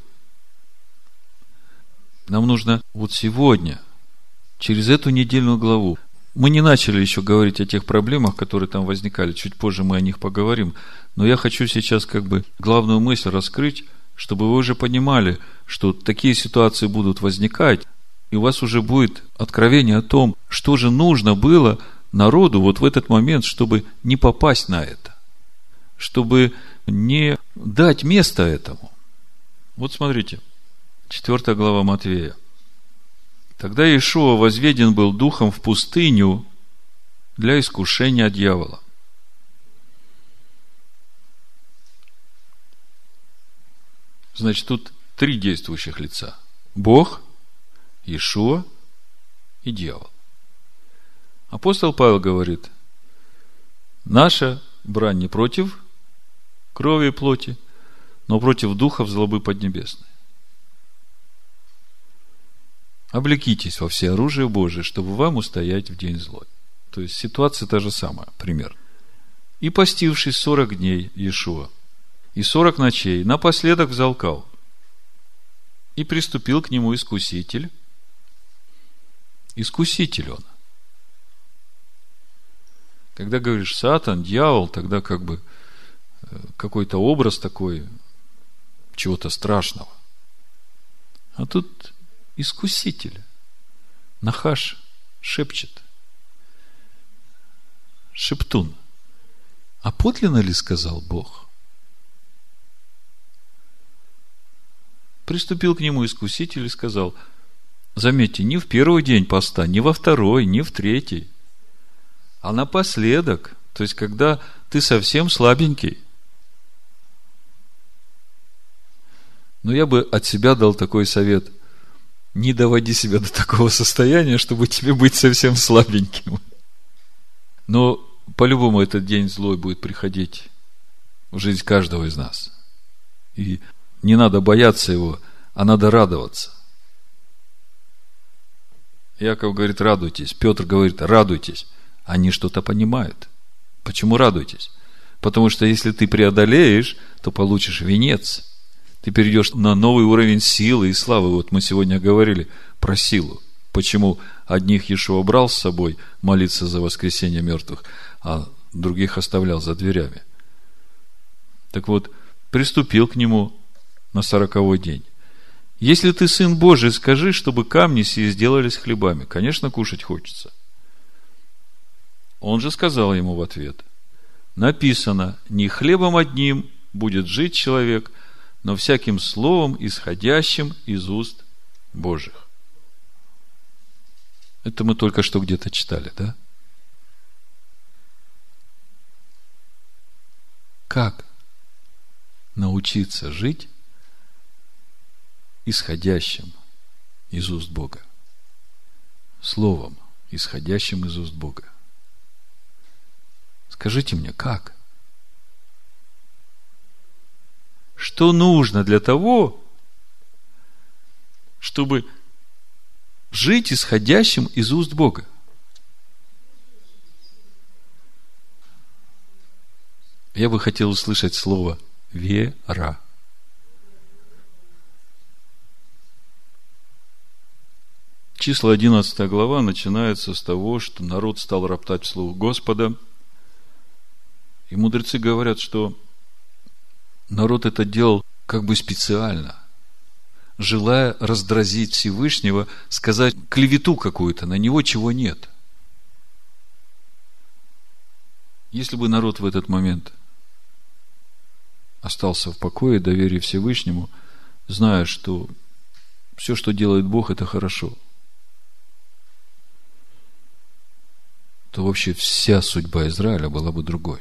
Нам нужно вот сегодня, через эту недельную главу, мы не начали еще говорить о тех проблемах, которые там возникали, чуть позже мы о них поговорим, но я хочу сейчас главную мысль раскрыть, чтобы вы уже понимали, что такие ситуации будут возникать, и у вас уже будет откровение о том, что же нужно было народу вот в этот момент, чтобы не попасть на это, чтобы не дать место этому. Вот смотрите, 4 глава Матвея. Тогда Иешуа возведен был духом в пустыню для искушения дьявола. Значит, тут 3 действующих лица. Бог, Иешуа и дьявол. Апостол Павел говорит, наша брань не против крови и плоти, но против духов злобы поднебесной. Облекитесь во все оружие Божие, чтобы вам устоять в день злой. То есть ситуация та же самая, пример. И постившись 40 дней Иешуа, и 40 ночей, напоследок взалкал. И приступил к нему искуситель. Искуситель он. Когда говоришь Сатан, дьявол, тогда какой-то образ такой чего-то страшного. А тут искуситель. Нахаш шепчет. Шептун. А подлинно ли сказал Бог? Приступил к нему искуситель и сказал, заметьте, не в первый день поста, не во второй, не в третий, а напоследок, то есть, когда ты совсем слабенький. Но я бы от себя дал такой совет: не доводи себя до такого состояния, чтобы тебе быть совсем слабеньким. Но по-любому этот день злой будет приходить в жизнь каждого из нас. И не надо бояться его, а надо радоваться. Яков говорит, радуйтесь. Петр говорит, радуйтесь. Они что-то понимают. Почему радуйтесь? Потому что если ты преодолеешь, то получишь венец. Ты перейдешь на новый уровень силы и славы. Вот мы сегодня говорили про силу. Почему одних Иешуа брал с собой молиться за воскресение мертвых, а других оставлял за дверями. Так вот, приступил к нему на 40-й день. Если ты Сын Божий, скажи, чтобы камни сии сделались хлебами. Конечно, кушать хочется. Он же сказал ему в ответ: написано, не хлебом одним будет жить человек, но всяким словом, исходящим из уст Божьих. Это мы только что где-то читали, да? Как научиться жить исходящим из уст Бога? Словом, исходящим из уст Бога. Скажите мне, как? Что нужно для того, чтобы жить исходящим из уст Бога? Я бы хотел услышать слово «вера». Числа 11 глава начинается с того, что народ стал роптать вслух Господа. И мудрецы говорят, что народ это делал как бы специально, желая раздразить Всевышнего, сказать клевету какую-то на него, чего нет. Если бы народ в этот момент остался в покое, доверие Всевышнему, зная, что все, что делает Бог, это хорошо, то вообще вся судьба Израиля была бы другой.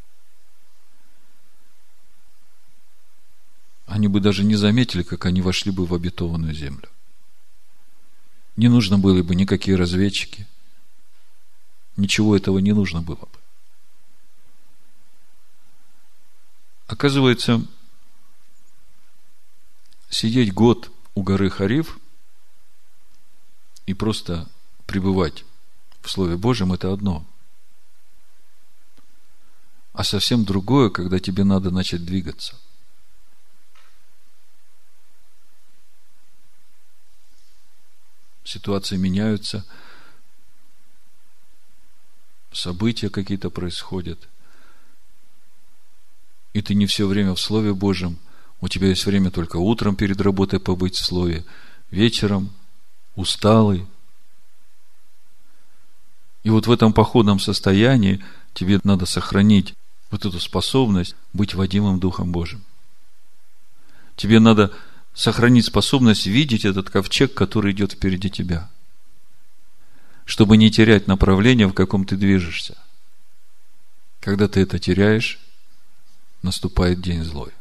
Они бы даже не заметили, как они вошли бы в обетованную землю. Не нужно было бы никакие разведчики. Ничего этого не нужно было бы. Оказывается, сидеть год у горы Харив и просто пребывать в Слове Божьем – это одно. А совсем другое, когда тебе надо начать двигаться. Ситуации меняются, события какие-то происходят, и ты не все время в Слове Божьем. У тебя есть время только утром перед работой побыть в Слове, вечером усталый. И вот в этом походном состоянии тебе надо сохранить вот эту способность быть водимым Духом Божьим. Тебе надо сохранить способность видеть этот ковчег, который идет впереди тебя, чтобы не терять направление, в каком ты движешься. Когда ты это теряешь, наступает день злой.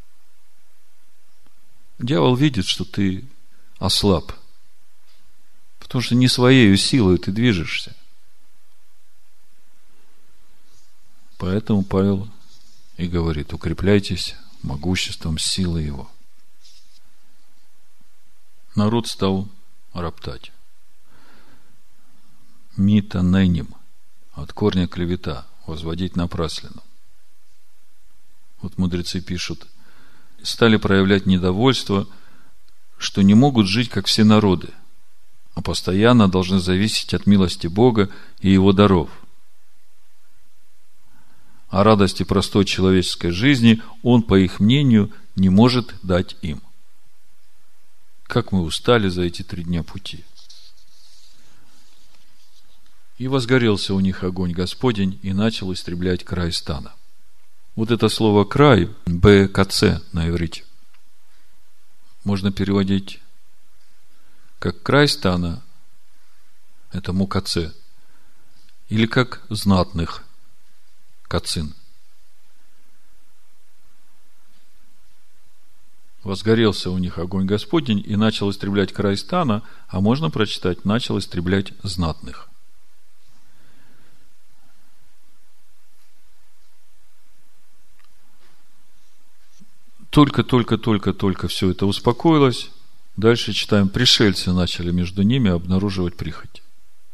Дьявол видит, что ты ослаб, потому что не своей силой ты движешься. Поэтому Павел и говорит: укрепляйтесь могуществом силы его. Народ стал роптать. Митаненим, от корня клевета, возводить напраслину. Вот мудрецы пишут, стали проявлять недовольство, что не могут жить, как все народы, а постоянно должны зависеть от милости Бога и Его даров. А радости простой человеческой жизни Он, по их мнению, не может дать им. Как мы устали за эти 3 дня пути. И возгорелся у них огонь Господень, и начал истреблять край стана. Вот это слово край, БКЦ на иврите, можно переводить как край стана, это мукаце, или как знатных, кацин. Возгорелся у них огонь Господень и начал истреблять край стана, а можно прочитать, начал истреблять знатных. Только все это успокоилось. Дальше читаем, пришельцы начали между ними обнаруживать прихоть.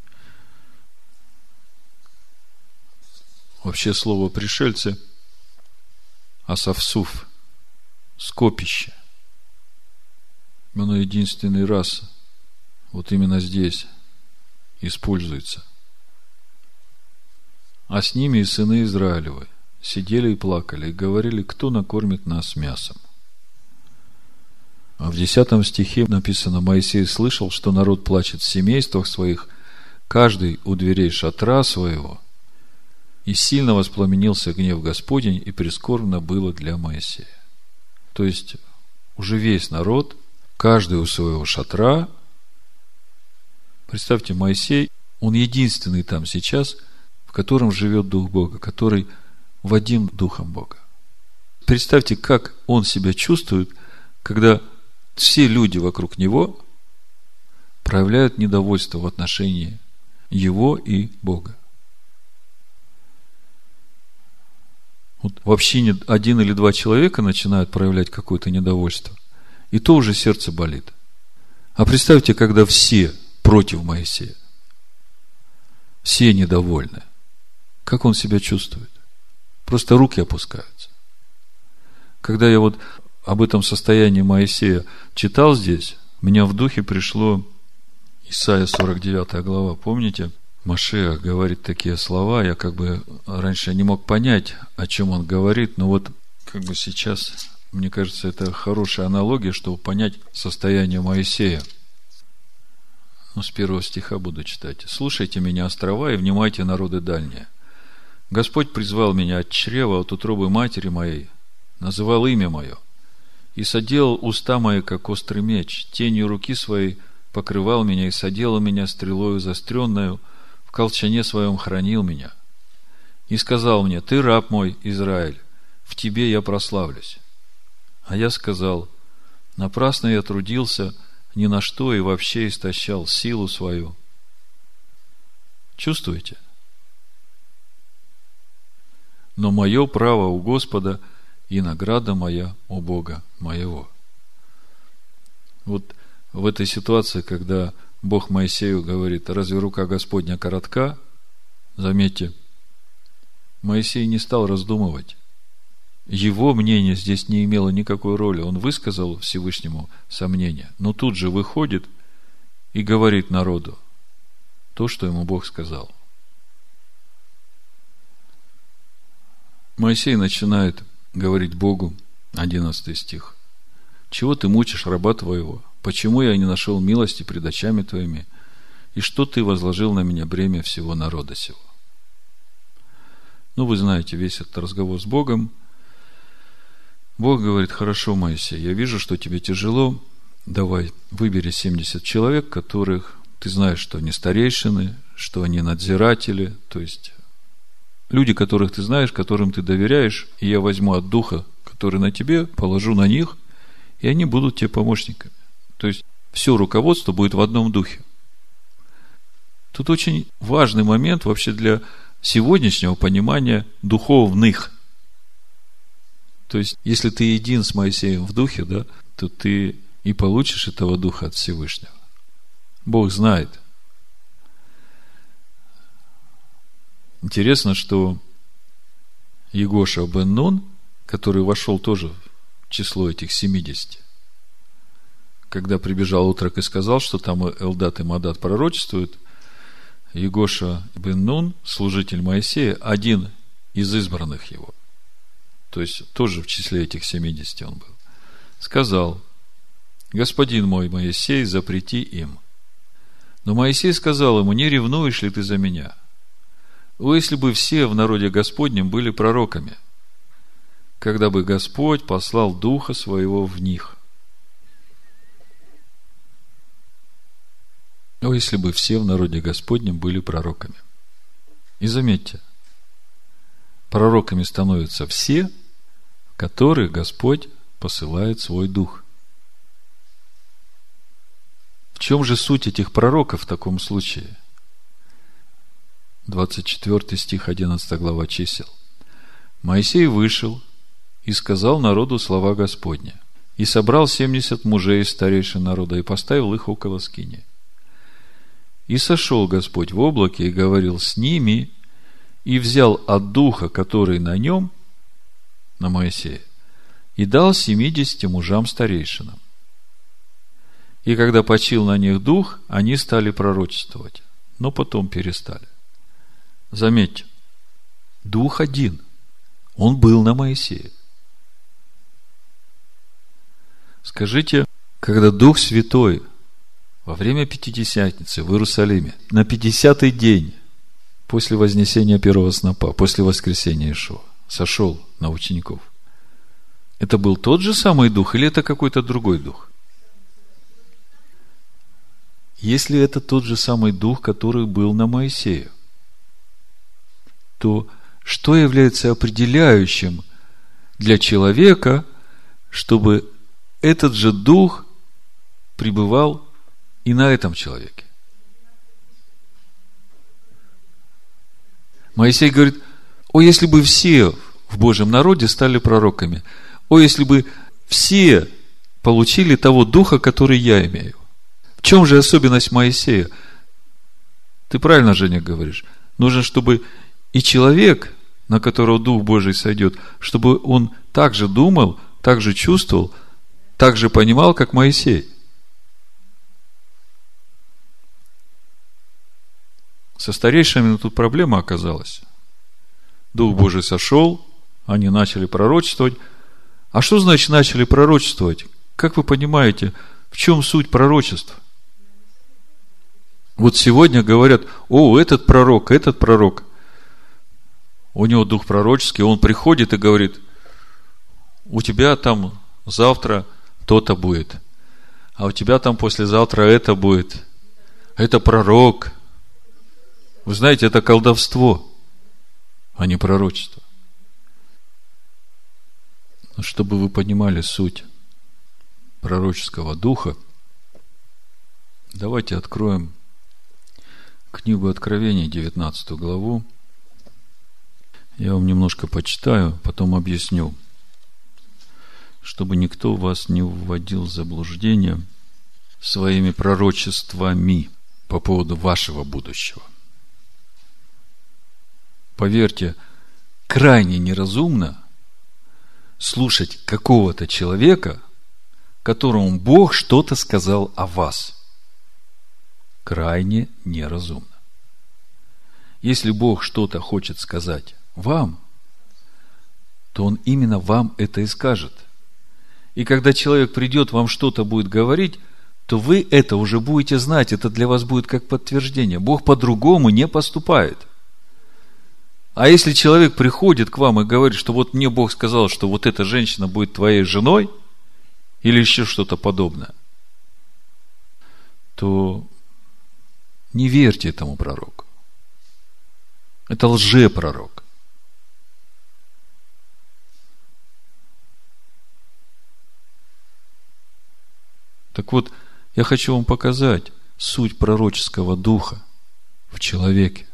Вообще слово пришельцы, асафсуф, скопище, оно единственный раз вот именно здесь используется. А с ними и сыны Израилевы сидели и плакали, и говорили, кто накормит нас мясом. А в 10 стихе написано: Моисей слышал, что народ плачет в семействах своих, каждый у дверей шатра своего, и сильно воспламенился гнев Господень, и прискорбно было для Моисея. То есть, уже весь народ, каждый у своего шатра. Представьте, Моисей, он единственный там сейчас, в котором живет Дух Бога, который водим Духом Бога. Представьте, как он себя чувствует, когда все люди вокруг него проявляют недовольство в отношении его и Бога. Вот в общине 1 или 2 человека начинают проявлять какое-то недовольство, и то уже сердце болит. А представьте, когда все против Моисея, все недовольны, как он себя чувствует? Просто руки опускаются. Когда я вот об этом состоянии Моисея читал здесь, меня в духе пришло Исайя 49 глава. Помните, Машиах говорит такие слова, я раньше не мог понять, о чем он говорит, но вот сейчас, мне кажется, это хорошая аналогия, чтобы понять состояние Моисея. С 1 стиха буду читать. «Слушайте меня, острова, и внимайте, народы дальние. Господь призвал меня от чрева, от утробы матери моей, называл имя мое, и соделал уста мои, как острый меч, тенью руки своей покрывал меня, и соделал меня стрелою заостренную, в колчане своем хранил меня. И сказал мне: ты раб мой, Израиль, в тебе я прославлюсь. А я сказал: напрасно я трудился, ни на что и вообще истощал силу свою». Чувствуете? «Но мое право у Господа, и награда моя у Бога моего». Вот в этой ситуации, когда Бог Моисею говорит: разве рука Господня коротка? Заметьте, Моисей не стал раздумывать. Его мнение здесь не имело никакой роли. Он высказал Всевышнему сомнение, но тут же выходит и говорит народу то, что ему Бог сказал. Моисей начинает говорить Богу, 11 стих: «Чего ты мучишь раба твоего? Почему я не нашел милости пред очами твоими? И что ты возложил на меня бремя всего народа сего?» Вы знаете весь этот разговор с Богом. Бог говорит: хорошо, Моисей, я вижу, что тебе тяжело. Давай, выбери 70 человек, которых ты знаешь, что они старейшины, что они надзиратели, то есть люди, которых ты знаешь, которым ты доверяешь, и я возьму от духа, который на тебе, положу на них, и они будут тебе помощниками. То есть все руководство будет в одном духе. Тут очень важный момент вообще для сегодняшнего понимания духовных. То есть, если ты един с Моисеем в духе, то ты и получишь этого духа от Всевышнего. Бог знает. Интересно, что Егоша бен Нун, который вошел тоже в число этих 70, когда прибежал отрок и сказал, что там Элдад и Мадад пророчествуют, Егоша бен Нун, служитель Моисея, один из избранных его, то есть тоже в числе этих 70 он был, сказал: господин мой Моисей, запрети им. Но Моисей сказал ему: не ревнуешь ли ты за меня? Если бы все в народе Господнем были пророками, когда бы Господь послал Духа Своего в них. Если бы все в народе Господнем были пророками. И заметьте, пророками становятся все, которых Господь посылает свой Дух. В чем же суть этих пророков в таком случае? 24 стих, 11 глава Чисел. Моисей вышел и сказал народу слова Господня, и собрал 70 мужей из старейшин народа, и поставил их около скинии. И сошел Господь в облаке и говорил с ними, и взял от духа, который на нем, на Моисее, и дал 70 мужам старейшинам. И когда почил на них дух, они стали пророчествовать, но потом перестали. Заметьте, дух один, он был на Моисее. Скажите, когда Дух Святой во время Пятидесятницы в Иерусалиме, на 50-й день после вознесения первого снопа, после воскресения Иешуа, сошел на учеников, это был тот же самый Дух или это какой-то другой Дух? Если это тот же самый Дух, который был на Моисее, то что является определяющим для человека, чтобы этот же Дух пребывал и на этом человеке? Моисей говорит: о, если бы все в Божьем народе стали пророками, о, если бы все получили того Духа, который я имею. В чем же особенность Моисея? Ты правильно, Женя, говоришь. Нужно, чтобы и человек, на которого Дух Божий сойдет, чтобы он так же думал, так же чувствовал, так же понимал, как Моисей. Со старейшинами тут проблема оказалась. Дух Божий сошел, они начали пророчествовать. А что значит начали пророчествовать? Как вы понимаете, в чем суть пророчества? Вот сегодня говорят: о, этот пророк, у него дух пророческий, он приходит и говорит: у тебя там завтра то-то будет, а у тебя там послезавтра это будет. Это пророк. Вы знаете, это колдовство, а не пророчество. Но чтобы вы понимали суть пророческого духа, давайте откроем книгу Откровения, 19 главу. Я вам немножко почитаю, потом объясню, чтобы никто вас не вводил в заблуждение своими пророчествами по поводу вашего будущего. Поверьте, крайне неразумно слушать какого-то человека, которому Бог что-то сказал о вас. Крайне неразумно. Если Бог что-то хочет сказать вам, то Он именно вам это и скажет. И когда человек придет, вам что-то будет говорить, то вы это уже будете знать, это для вас будет как подтверждение. Бог по-другому не поступает. А если человек приходит к вам и говорит, что вот мне Бог сказал, что вот эта женщина будет твоей женой, или еще что-то подобное, то не верьте этому пророку. Это лжепророк. Так вот, я хочу вам показать суть пророческого духа в человеке.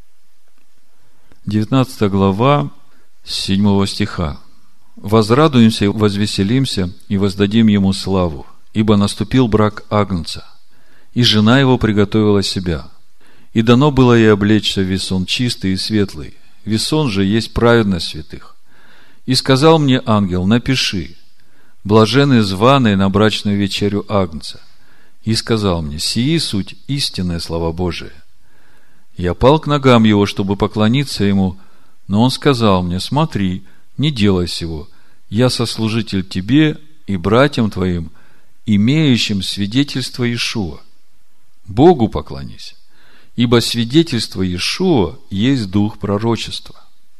19 глава, 7 стиха. «Возрадуемся и возвеселимся, и воздадим ему славу, ибо наступил брак Агнца, и жена его приготовила себя. И дано было ей облечься в весон чистый и светлый, весон же есть праведность святых. И сказал мне ангел: напиши: блаженны званые на брачную вечерю Агнца. И сказал мне: сии суть истинные слова Божии. Я пал к ногам его, чтобы поклониться ему, но он сказал мне: смотри, не делай сего, я сослужитель тебе и братьям твоим, имеющим свидетельство Иешуа. Богу поклонись, ибо свидетельство Иешуа есть дух пророчества».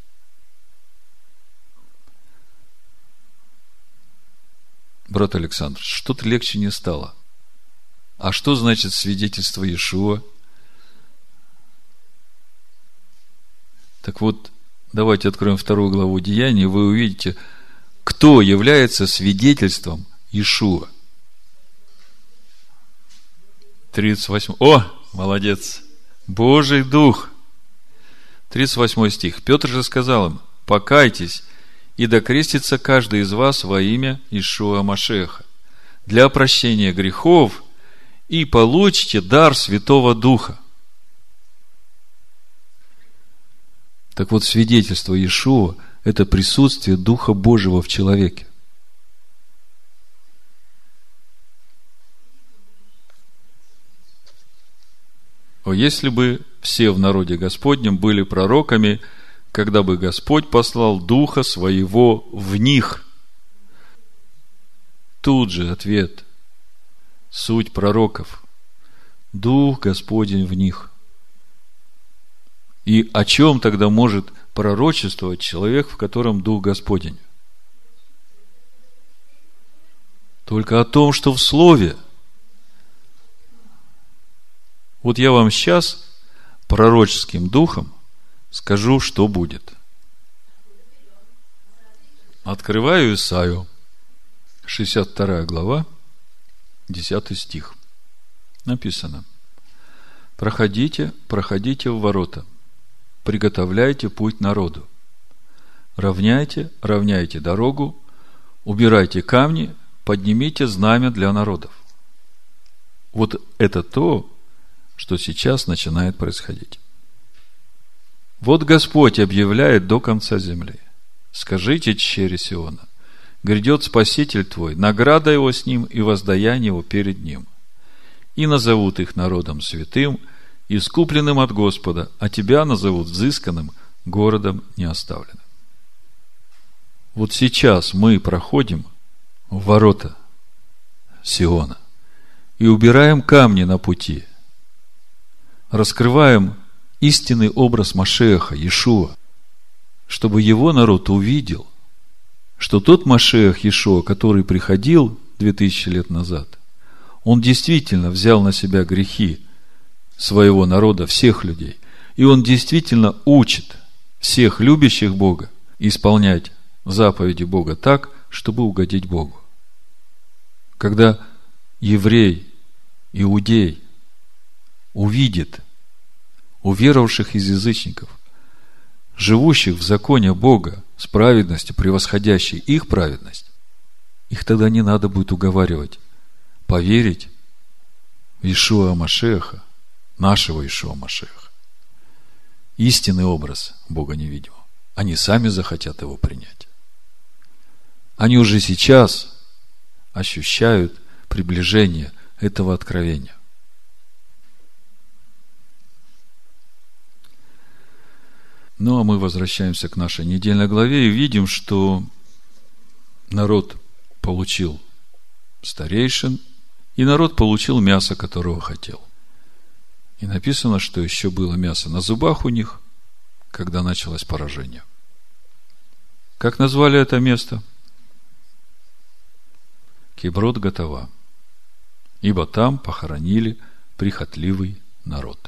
Брат Александр, что-то легче не стало. А что значит свидетельство Иешуа? Так вот, давайте откроем 2 главу Деяний, и вы увидите, кто является свидетельством Иешуа. 38. О, молодец! Божий Дух. 38 стих. Петр же сказал им: покайтесь, и докрестится каждый из вас во имя Иешуа Машеха для прощения грехов, и получите дар Святого Духа. Так вот, свидетельство Иешуа – это присутствие Духа Божьего в человеке. О, если бы все в народе Господнем были пророками, когда бы Господь послал Духа Своего в них. Тут же ответ. Суть пророков. Дух Господень в них. И о чем тогда может пророчествовать человек, в котором Дух Господень? Только о том, что в Слове. Вот я вам сейчас пророческим духом скажу, что будет. Открываю Исаию, 62 глава, 10 стих. Написано: проходите, проходите в ворота, приготовляйте путь народу, равняйте, равняйте дорогу, убирайте камни, поднимите знамя для народов. Вот это то, что сейчас начинает происходить. Вот Господь объявляет до конца земли: скажите чере Сиона, грядет Спаситель твой, награда его с ним и воздаяние его перед ним. И назовут их народом святым, искупленным от Господа, а тебя назовут взысканным, городом неоставленным. Вот сейчас мы проходим в ворота Сиона и убираем камни на пути, раскрываем истинный образ Машиаха, Иешуа, чтобы его народ увидел, что тот Машиах Иешуа, который приходил 2000 лет назад, он действительно взял на себя грехи своего народа, всех людей, и он действительно учит всех любящих Бога исполнять заповеди Бога так, чтобы угодить Богу. Когда еврей, иудей увидит уверовавших из язычников, живущих в законе Бога с праведностью, превосходящей их праведность, их тогда не надо будет уговаривать поверить в Иешуа Машиаха, нашего Иешуа Машиаха, истинный образ Бога невидимого. Они сами захотят его принять. Они уже сейчас ощущают приближение этого откровения. Ну, а мы возвращаемся к нашей недельной главе и видим, что народ получил старейшин, и народ получил мясо, которого хотел. И написано, что еще было мясо на зубах у них, когда началось поражение. Как назвали это место? Киброт Гатава. Ибо там похоронили прихотливый народ.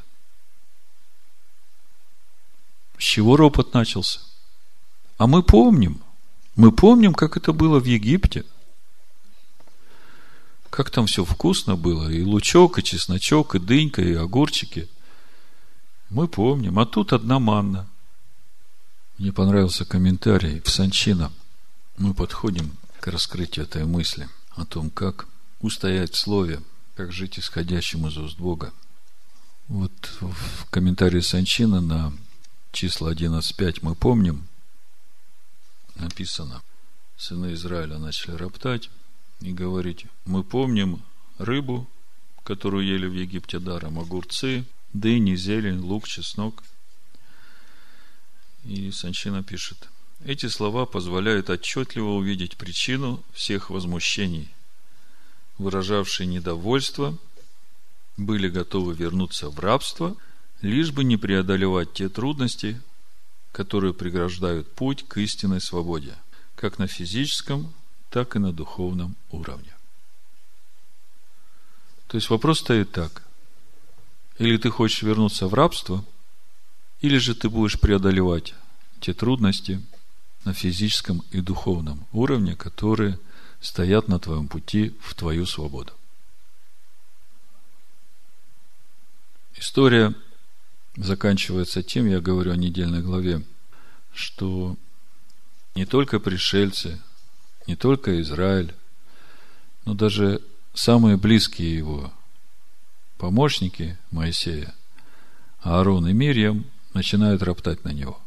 С чего ропот начался? А мы помним, как это было в Египте. Как там все вкусно было, и лучок, и чесночок, и дынька, и огурчики. Мы помним, а тут одна манна. Мне понравился комментарий в Санчина. Мы подходим к раскрытию этой мысли о том, как устоять в слове, как жить исходящим из уст Бога. Вот в комментарии Санчина на числа 11.5 мы помним, написано: сыны Израиля начали роптать и говорить: мы помним рыбу, которую ели в Египте даром, огурцы, дыни, зелень, лук, чеснок. И Санчина пишет: эти слова позволяют отчетливо увидеть причину всех возмущений. Выражавшие недовольство были готовы вернуться в рабство, лишь бы не преодолевать те трудности, которые преграждают путь к истинной свободе, как на физическом, так и на духовном уровне. То есть вопрос стоит так: или ты хочешь вернуться в рабство, или же ты будешь преодолевать те трудности на физическом и духовном уровне, которые стоят на твоем пути в твою свободу. История заканчивается тем, я говорю о недельной главе, что не только пришельцы, не только Израиль, но даже самые близкие его помощники Моисея, Аарон и Мирьям, начинают роптать на него.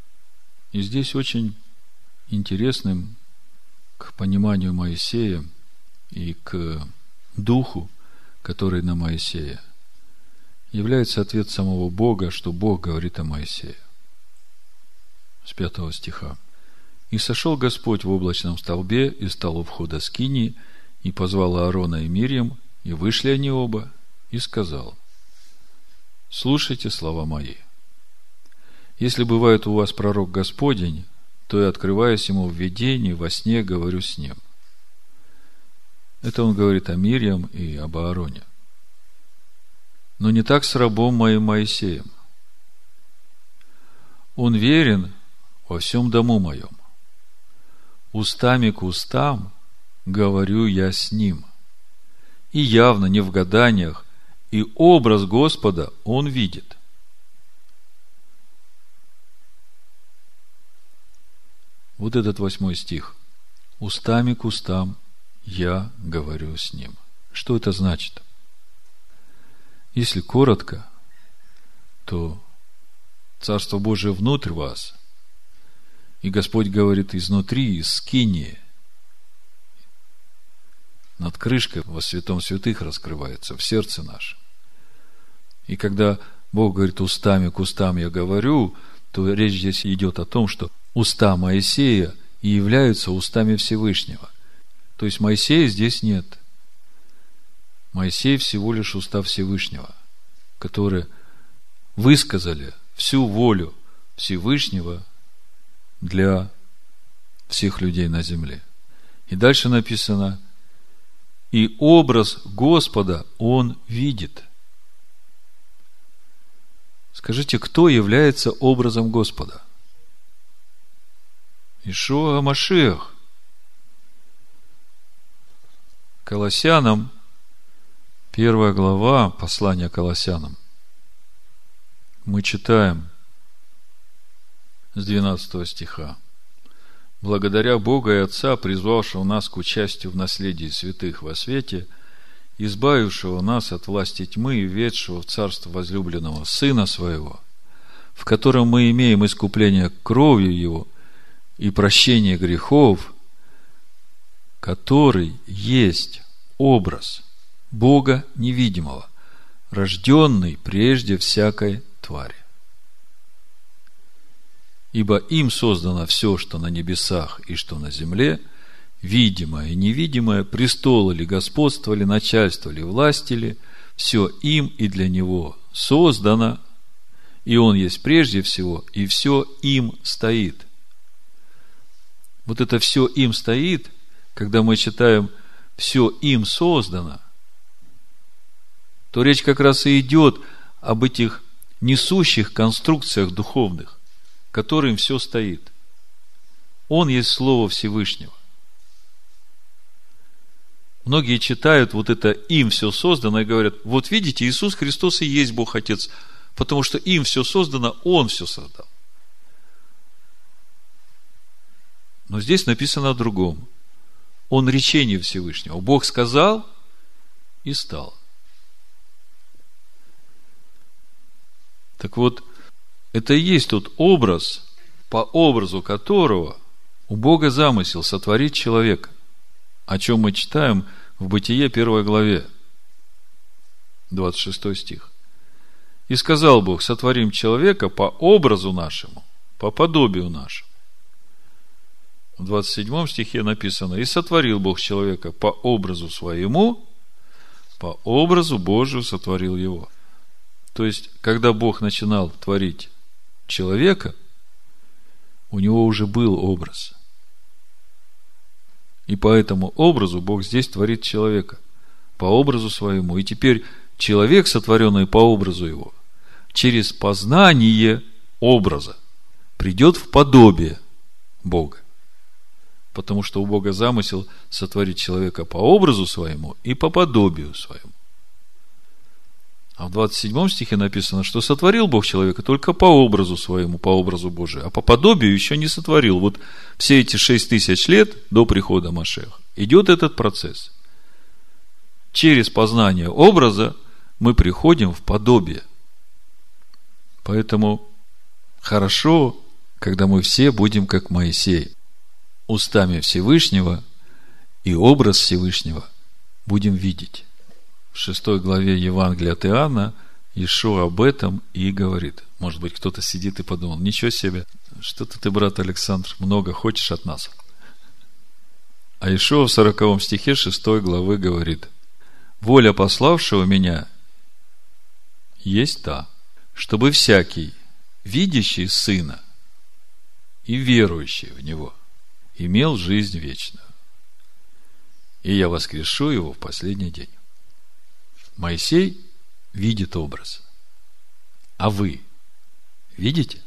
И здесь очень интересным к пониманию Моисея и к духу, который на Моисея, является ответ самого Бога, что Бог говорит о Моисее. С 5 стиха. «И сошел Господь в облачном столбе, и стал у входа скинии, и позвал Аарона и Мирьям, и вышли они оба, и сказал: слушайте слова мои. Если бывает у вас пророк Господень, то и открываясь ему в видении, во сне говорю с ним». Это он говорит о Мирьям и об Аароне. «Но не так с рабом моим Моисеем. Он верен во всем дому моем. Устами к устам говорю я с ним. И явно не в гаданиях, и образ Господа он видит». Вот этот 8 стих. «Устами к устам я говорю с ним». Что это значит? Если коротко, то Царство Божие внутрь вас, и Господь говорит изнутри, из скинии. Над крышкой во святом святых раскрывается, в сердце нашем. И когда Бог говорит: устами к устам я говорю, то речь здесь идет о том, что уста Моисея и являются устами Всевышнего. То есть Моисея здесь нет. Моисей всего лишь уста Всевышнего, которые высказали всю волю Всевышнего для всех людей на земле. И дальше написано: и образ Господа он видит. Скажите, кто является образом Господа? Иешуа Машиах. Колоссянам, 1 глава послания Колоссянам. Мы читаем с 12 стиха. «Благодаря Бога и Отца, призвавшего нас к участию в наследии святых во свете, избавившего нас от власти тьмы и ведшего в царство возлюбленного Сына Своего, в котором мы имеем искупление кровью Его и прощение грехов, который есть образ Бога невидимого, рожденный прежде всякой твари. Ибо им создано все, что на небесах и что на земле, видимое и невидимое, престолы ли, господство ли, начальство ли, власти ли, все им и для него создано, и он есть прежде всего, и все им стоит». Вот это все им стоит, когда мы читаем «все им создано», то речь как раз и идет об этих несущих конструкциях духовных, которым все стоит. Он есть Слово Всевышнего. Многие читают вот это «им все создано» и говорят: вот видите, Иисус Христос и есть Бог Отец, потому что им все создано, Он все создал. Но здесь написано о другом. Он речение Всевышнего. Бог сказал и стал. Так вот, это и есть тот образ, по образу которого у Бога замысел сотворить человека, о чем мы читаем в Бытие 1 главе, 26 стих. «И сказал Бог: сотворим человека по образу нашему, по подобию нашему». В 27 стихе написано: «И сотворил Бог человека по образу своему, по образу Божию сотворил его». То есть, когда Бог начинал творить человека, у него уже был образ. И по этому образу Бог здесь творит человека, по образу своему. И теперь человек, сотворенный по образу его, через познание образа придет в подобие Бога. Потому что у Бога замысел сотворить человека по образу своему и по подобию своему. А в 27 стихе написано, что сотворил Бог человека только по образу своему, по образу Божию, а по подобию еще не сотворил. Вот все эти 6000 лет до прихода Машиаха идет этот процесс. Через познание образа мы приходим в подобие. Поэтому хорошо, когда мы все будем как Моисей, устами Всевышнего и образ Всевышнего будем видеть. В 6 главе Евангелия от Иоанна Иешуа об этом и говорит. Может быть, кто-то сидит и подумал: ничего себе, что-то ты, брат Александр, много хочешь от нас. А Иешуа в 40 стихе 6 главы говорит: воля пославшего меня есть та, чтобы всякий, видящий Сына и верующий в Него, имел жизнь вечную. И я воскрешу его в последний день. Моисей видит образ. А вы видите?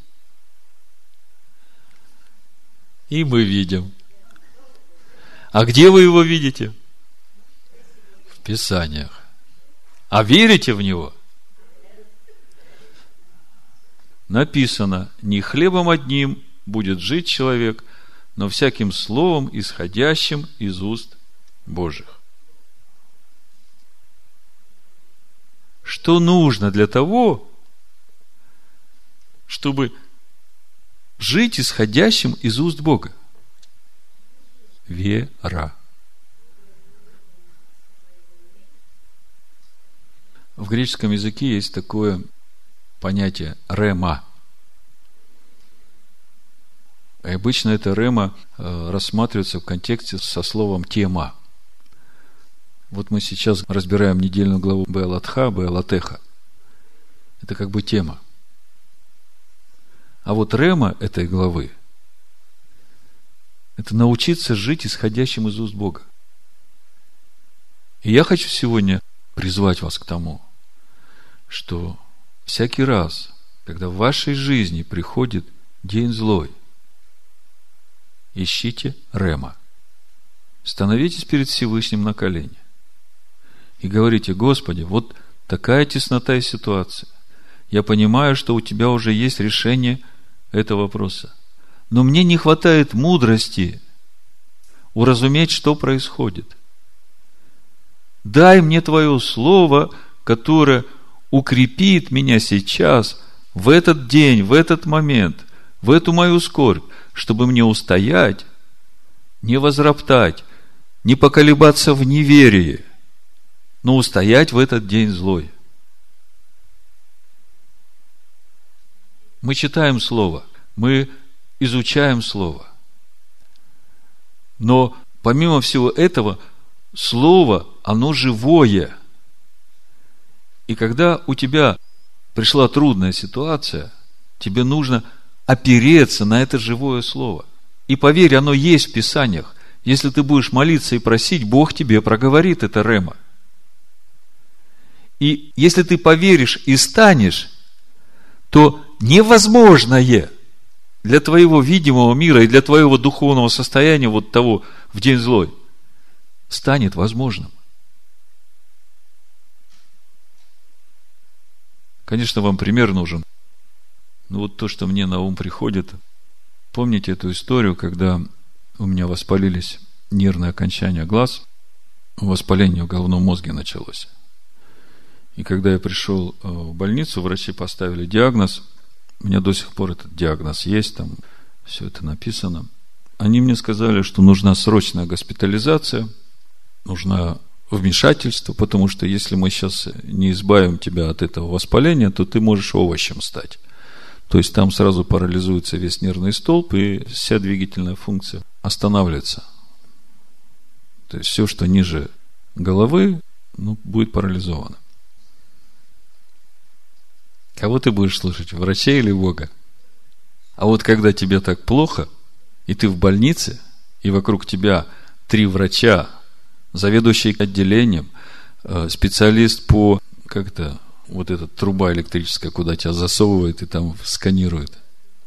И мы видим. А где вы его видите? В Писаниях. А верите в него? Написано: не хлебом одним будет жить человек, но всяким словом, исходящим из уст Божьих. Что нужно для того, чтобы жить исходящим из уст Бога? Вера. В греческом языке есть такое понятие рема. И обычно это рема рассматривается в контексте со словом тема. Вот мы сейчас разбираем недельную главу Беалатха, Беалатеха. Это как бы тема. А вот рема этой главы — это научиться жить исходящим из уст Бога. И я хочу сегодня призвать вас к тому, что всякий раз, когда в вашей жизни приходит день злой, ищите рема. Становитесь перед Всевышним на колени и говорите: Господи, вот такая теснота и ситуация. Я понимаю, что у Тебя уже есть решение этого вопроса. Но мне не хватает мудрости уразуметь, что происходит. Дай мне Твое Слово, которое укрепит меня сейчас, в этот день, в этот момент, в эту мою скорбь, чтобы мне устоять, не возроптать, не поколебаться в неверии, но устоять в этот день злой. Мы читаем Слово, мы изучаем Слово. Но помимо всего этого, Слово, оно живое. И когда у тебя пришла трудная ситуация, тебе нужно опереться на это живое Слово. И поверь, оно есть в Писаниях. Если ты будешь молиться и просить, Бог тебе проговорит это рема. И если ты поверишь и станешь, то невозможное для твоего видимого мира и для твоего духовного состояния вот того в день злой станет возможным. Конечно, вам пример нужен. Но вот то, что мне на ум приходит, помните эту историю, когда у меня воспалились нервные окончания глаз, воспаление в головном мозге началось. И когда я пришел в больницу, врачи поставили диагноз. У меня до сих пор этот диагноз есть, там все это написано. Они мне сказали, что нужна срочная госпитализация, нужно вмешательство, потому что если мы сейчас не избавим тебя от этого воспаления, то ты можешь овощем стать. То есть там сразу парализуется весь нервный столб, и вся двигательная функция останавливается. То есть все, что ниже головы, будет парализовано. Кого ты будешь слушать, врачей или Бога? А вот когда тебе так плохо, и ты в больнице, и вокруг тебя 3 врача, заведующий отделением, специалист по, вот эта труба электрическая, куда тебя засовывает и там сканирует.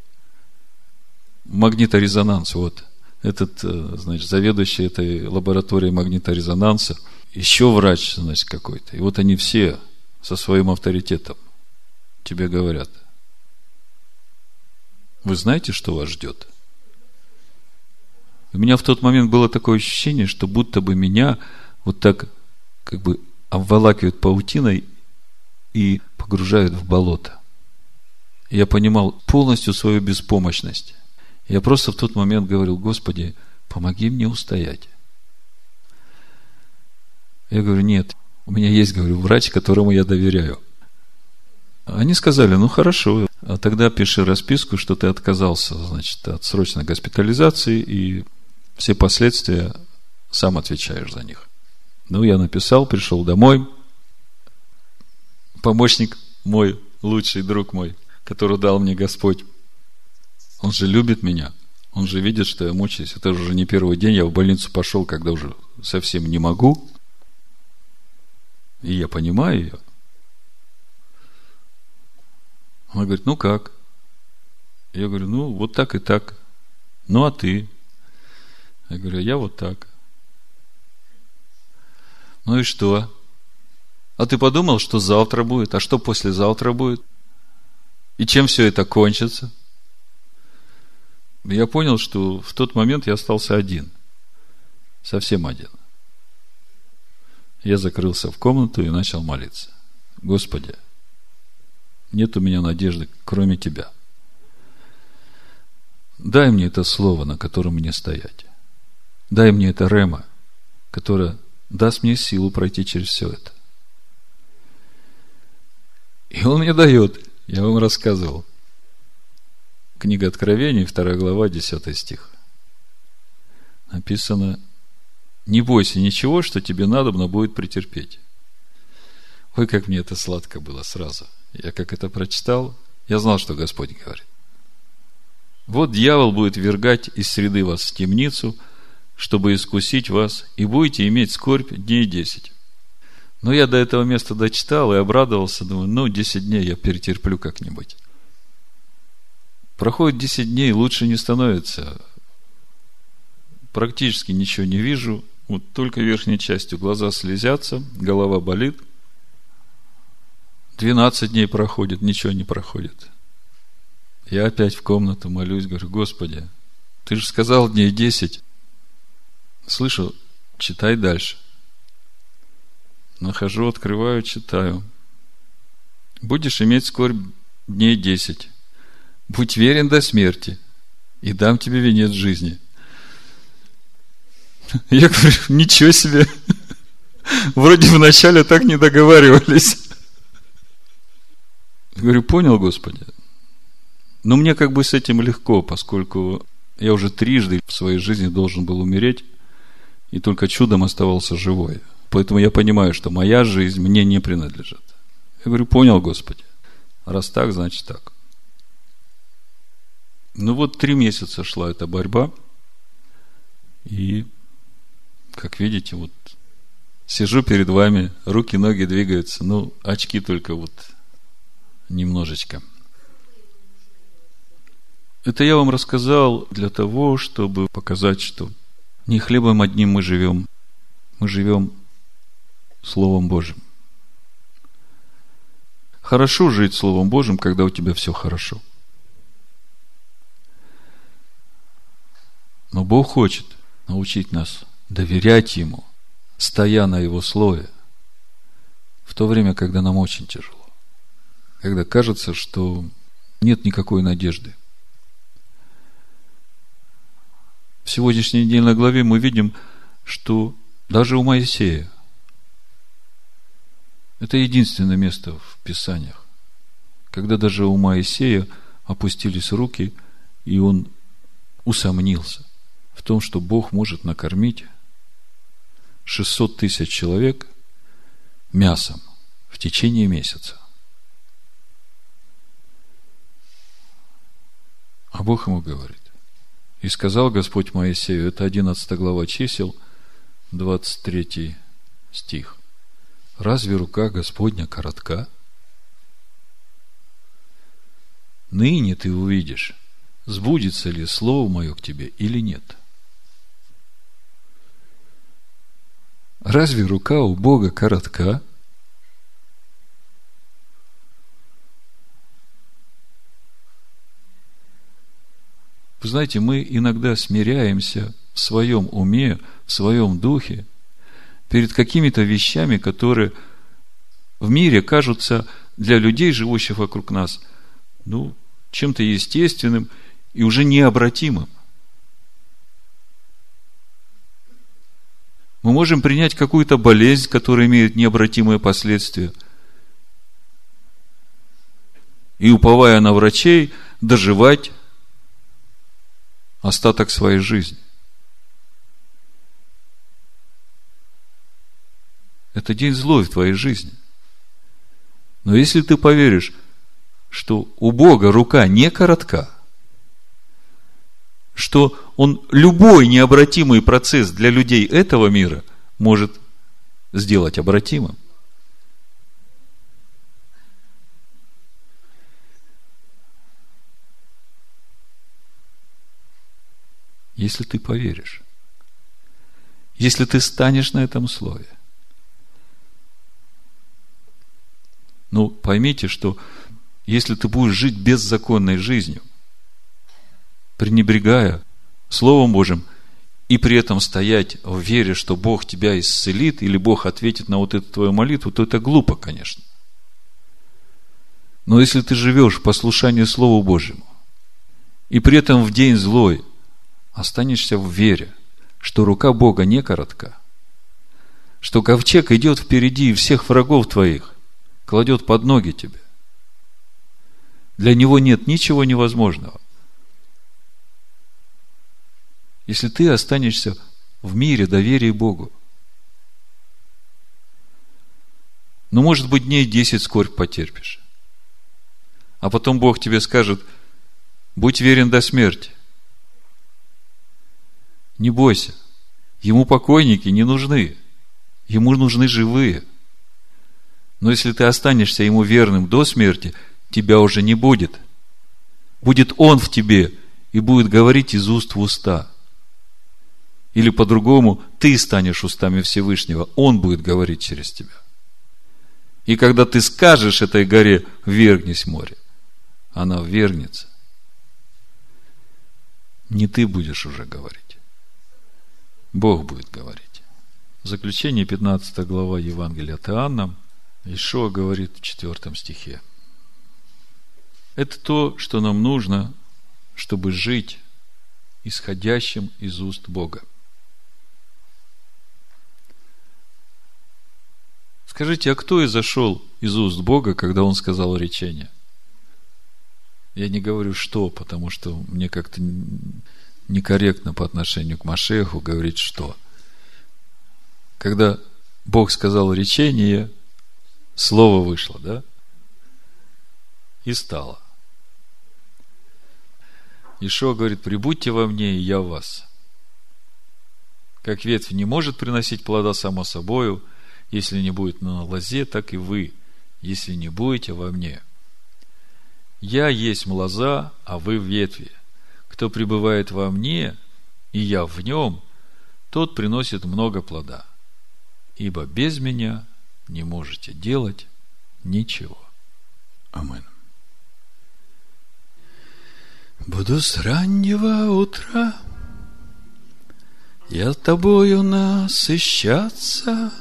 Магниторезонанс, вот. Этот, заведующий этой лабораторией магниторезонанса, еще врач, какой-то. И вот они все со своим авторитетом тебе говорят: вы знаете, что вас ждет? У меня в тот момент было такое ощущение, что будто бы меня вот так обволакивают паутиной и погружают в болото. И я понимал полностью свою беспомощность. Я просто в тот момент говорил: Господи, помоги мне устоять. Я говорю, нет, у меня есть, говорю, врач, которому я доверяю. Они сказали, ну хорошо, а тогда пиши расписку, что ты отказался, значит, от срочной госпитализации, и все последствия сам отвечаешь за них. Ну, я написал, пришел домой. Помощник мой, лучший друг мой, который дал мне Господь, он же любит меня. Он же видит, что я мучаюсь. Это уже не первый день. Я в больницу пошел, когда уже совсем не могу. И я понимаю ее. Она говорит, ну как? Я говорю, ну вот так и так. Ну а ты? Я говорю, я вот так. Ну и что? А ты подумал, что завтра будет? А что послезавтра будет? И чем все это кончится? Я понял, что в тот момент я остался один. Совсем один. Я закрылся в комнату и начал молиться. Господи, нет у меня надежды, кроме Тебя. Дай мне это слово, на котором мне стоять. Дай мне это рема, которое даст мне силу пройти через все это. И Он мне дает. Я вам рассказывал. Книга Откровений, 2 глава, 10 стих. Написано, не бойся ничего, что тебе надобно будет претерпеть. Ой, как мне это сладко было сразу. Я как это прочитал, я знал, что Господь говорит. Вот дьявол будет ввергать из среды вас в темницу, чтобы искусить вас, и будете иметь скорбь дней 10. Но я до этого места дочитал и обрадовался, думаю, 10 дней я перетерплю как-нибудь. Проходит 10 дней, лучше не становится. Практически ничего не вижу. Вот только верхней частью глаза слезятся, голова болит. 12 дней проходит, ничего не проходит. Я опять в комнату молюсь, говорю, Господи, Ты же сказал дней 10. Слышу, читай дальше. Нахожу, открываю, читаю. Будешь иметь скорбь дней 10. Будь верен до смерти, и дам тебе венец жизни. Я говорю, ничего себе. Вроде вначале так не договаривались. Говорю, понял, Господи. Но мне как бы с этим легко, поскольку я уже трижды в своей жизни должен был умереть, и только чудом оставался живой. Поэтому я понимаю, что моя жизнь мне не принадлежит. Я говорю, понял, Господи. Раз так, значит так. 3 месяца шла эта борьба. И, как видите, сижу перед вами, руки, ноги двигаются, очки только немножечко. Это я вам рассказал для того, чтобы показать, что не хлебом одним мы живем Словом Божьим. Хорошо жить Словом Божьим, когда у тебя все хорошо. Но Бог хочет научить нас доверять Ему, стоя на Его Слове, в то время, когда нам очень тяжело. Когда кажется, что нет никакой надежды. В сегодняшней недельной главе мы видим, что даже у Моисея, это единственное место в Писаниях, когда даже у Моисея опустились руки, и он усомнился в том, что Бог может накормить 600 тысяч человек мясом в течение месяца. А Бог ему говорит, и сказал Господь Моисею, это 11 глава Чисел, 23 стих. Разве рука Господня коротка? Ныне ты увидишь, сбудется ли слово мое к тебе или нет. Разве рука у Бога коротка? Вы знаете, мы иногда смиряемся в своем уме, в своем духе перед какими-то вещами, которые в мире кажутся для людей, живущих вокруг нас, чем-то естественным и уже необратимым. Мы можем принять какую-то болезнь, которая имеет необратимые последствия. И, уповая на врачей, доживать остаток своей жизни. Это день злой в твоей жизни. Но если ты поверишь, что у Бога рука не коротка, что Он любой необратимый процесс для людей этого мира может сделать обратимым. Если ты поверишь, если ты станешь на этом слове. Ну, поймите, что если ты будешь жить беззаконной жизнью, пренебрегая Словом Божьим, и при этом стоять в вере, что Бог тебя исцелит, или Бог ответит на вот эту твою молитву, то это глупо, конечно. Но если ты живешь в послушании Слову Божьему, и при этом в день злой останешься в вере, что рука Бога не коротка, что ковчег идет впереди и всех врагов твоих кладет под ноги тебе. Для него нет ничего невозможного. Если ты останешься в мире доверия Богу, ну, может быть, дней 10 скорбь потерпишь. А потом Бог тебе скажет: будь верен до смерти. Не бойся. Ему покойники не нужны. Ему нужны живые. Но если ты останешься ему верным до смерти, тебя уже не будет. Будет Он в тебе и будет говорить из уст в уста. Или по-другому, ты станешь устами Всевышнего, Он будет говорить через тебя. И когда ты скажешь этой горе: ввергнись в море, она ввергнется. Не ты будешь уже говорить. Бог будет говорить. В заключение 15 глава Евангелия от Иоанна Иешуа говорит в 4 стихе. Это то, что нам нужно, чтобы жить исходящим из уст Бога. Скажите, а кто изошел из уст Бога, когда Он сказал речение? Я не говорю что, потому что мне как-то некорректно по отношению к Машеху говорить что. Когда Бог сказал речение, слово вышло, да? И стало. Иешуа говорит: прибудьте во мне, и я в вас. Как ветвь не может приносить плода само собою, если не будет на лозе, так и вы, если не будете во мне. Я есть лоза, а вы ветви. Кто пребывает во мне, и я в нем, тот приносит много плода. Ибо без меня не можете делать ничего. Аминь. Буду с раннего утра я тобою насыщаться,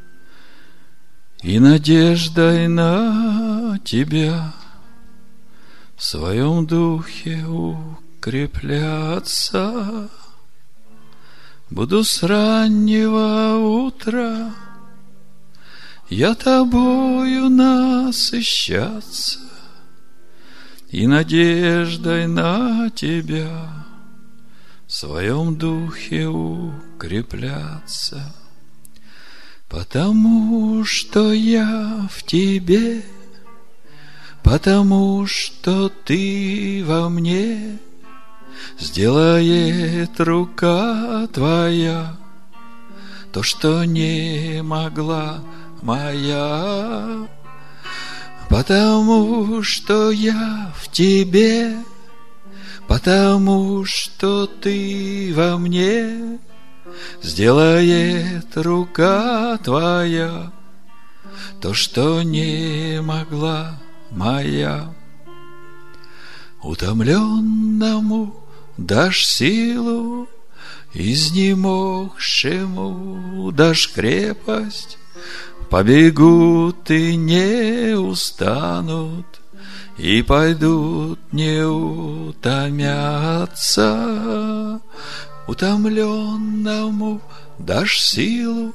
и надеждой на тебя в своем духе укрепляться. Буду с раннего утра я тобою насыщаться, и надеждой на тебя в своем духе укрепляться. Потому что я в тебе, потому что ты во мне, сделает рука твоя то, что не могла моя. Потому что я в тебе, потому что ты во мне, сделает рука твоя то, что не могла моя. Утомленному дашь силу, изнемогшему дашь крепость. Побегут и не устанут, и пойдут не утомятся. Утомленному дашь силу,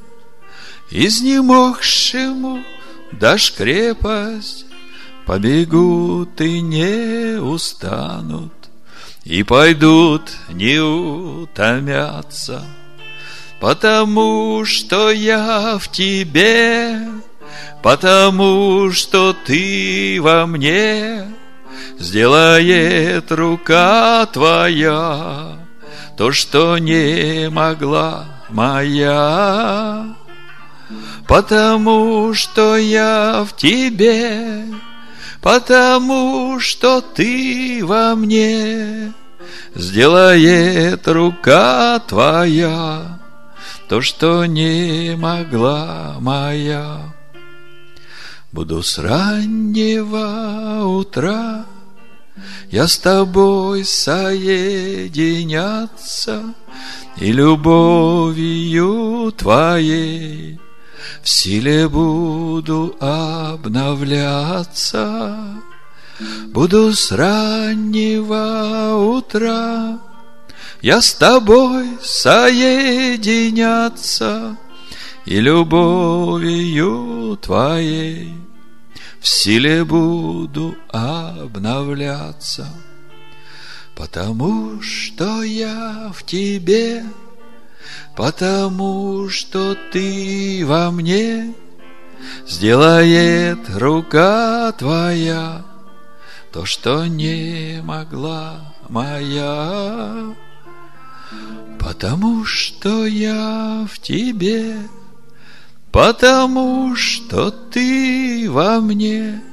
изнемогшему дашь крепость. Побегут и не устанут, и пойдут не утомятся, потому что я в тебе, потому что ты во мне. Сделает рука твоя то, что не могла моя. Потому что я в тебе, потому что ты во мне. Сделает рука твоя то, что не могла моя. Буду с раннего утра я с тобой соединяться, и любовью твоей в силе буду обновляться. Буду с раннего утра я с тобой соединяться, и любовью твоей в силе буду обновляться. Потому что я в тебе, потому что ты во мне. Сделает рука твоя то, что не могла моя. Потому что я в тебе, потому что ты во мне.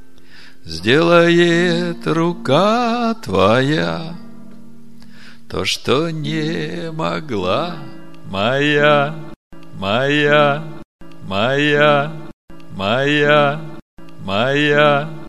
Сделает рука твоя то, что не могла моя, моя, моя, моя, моя.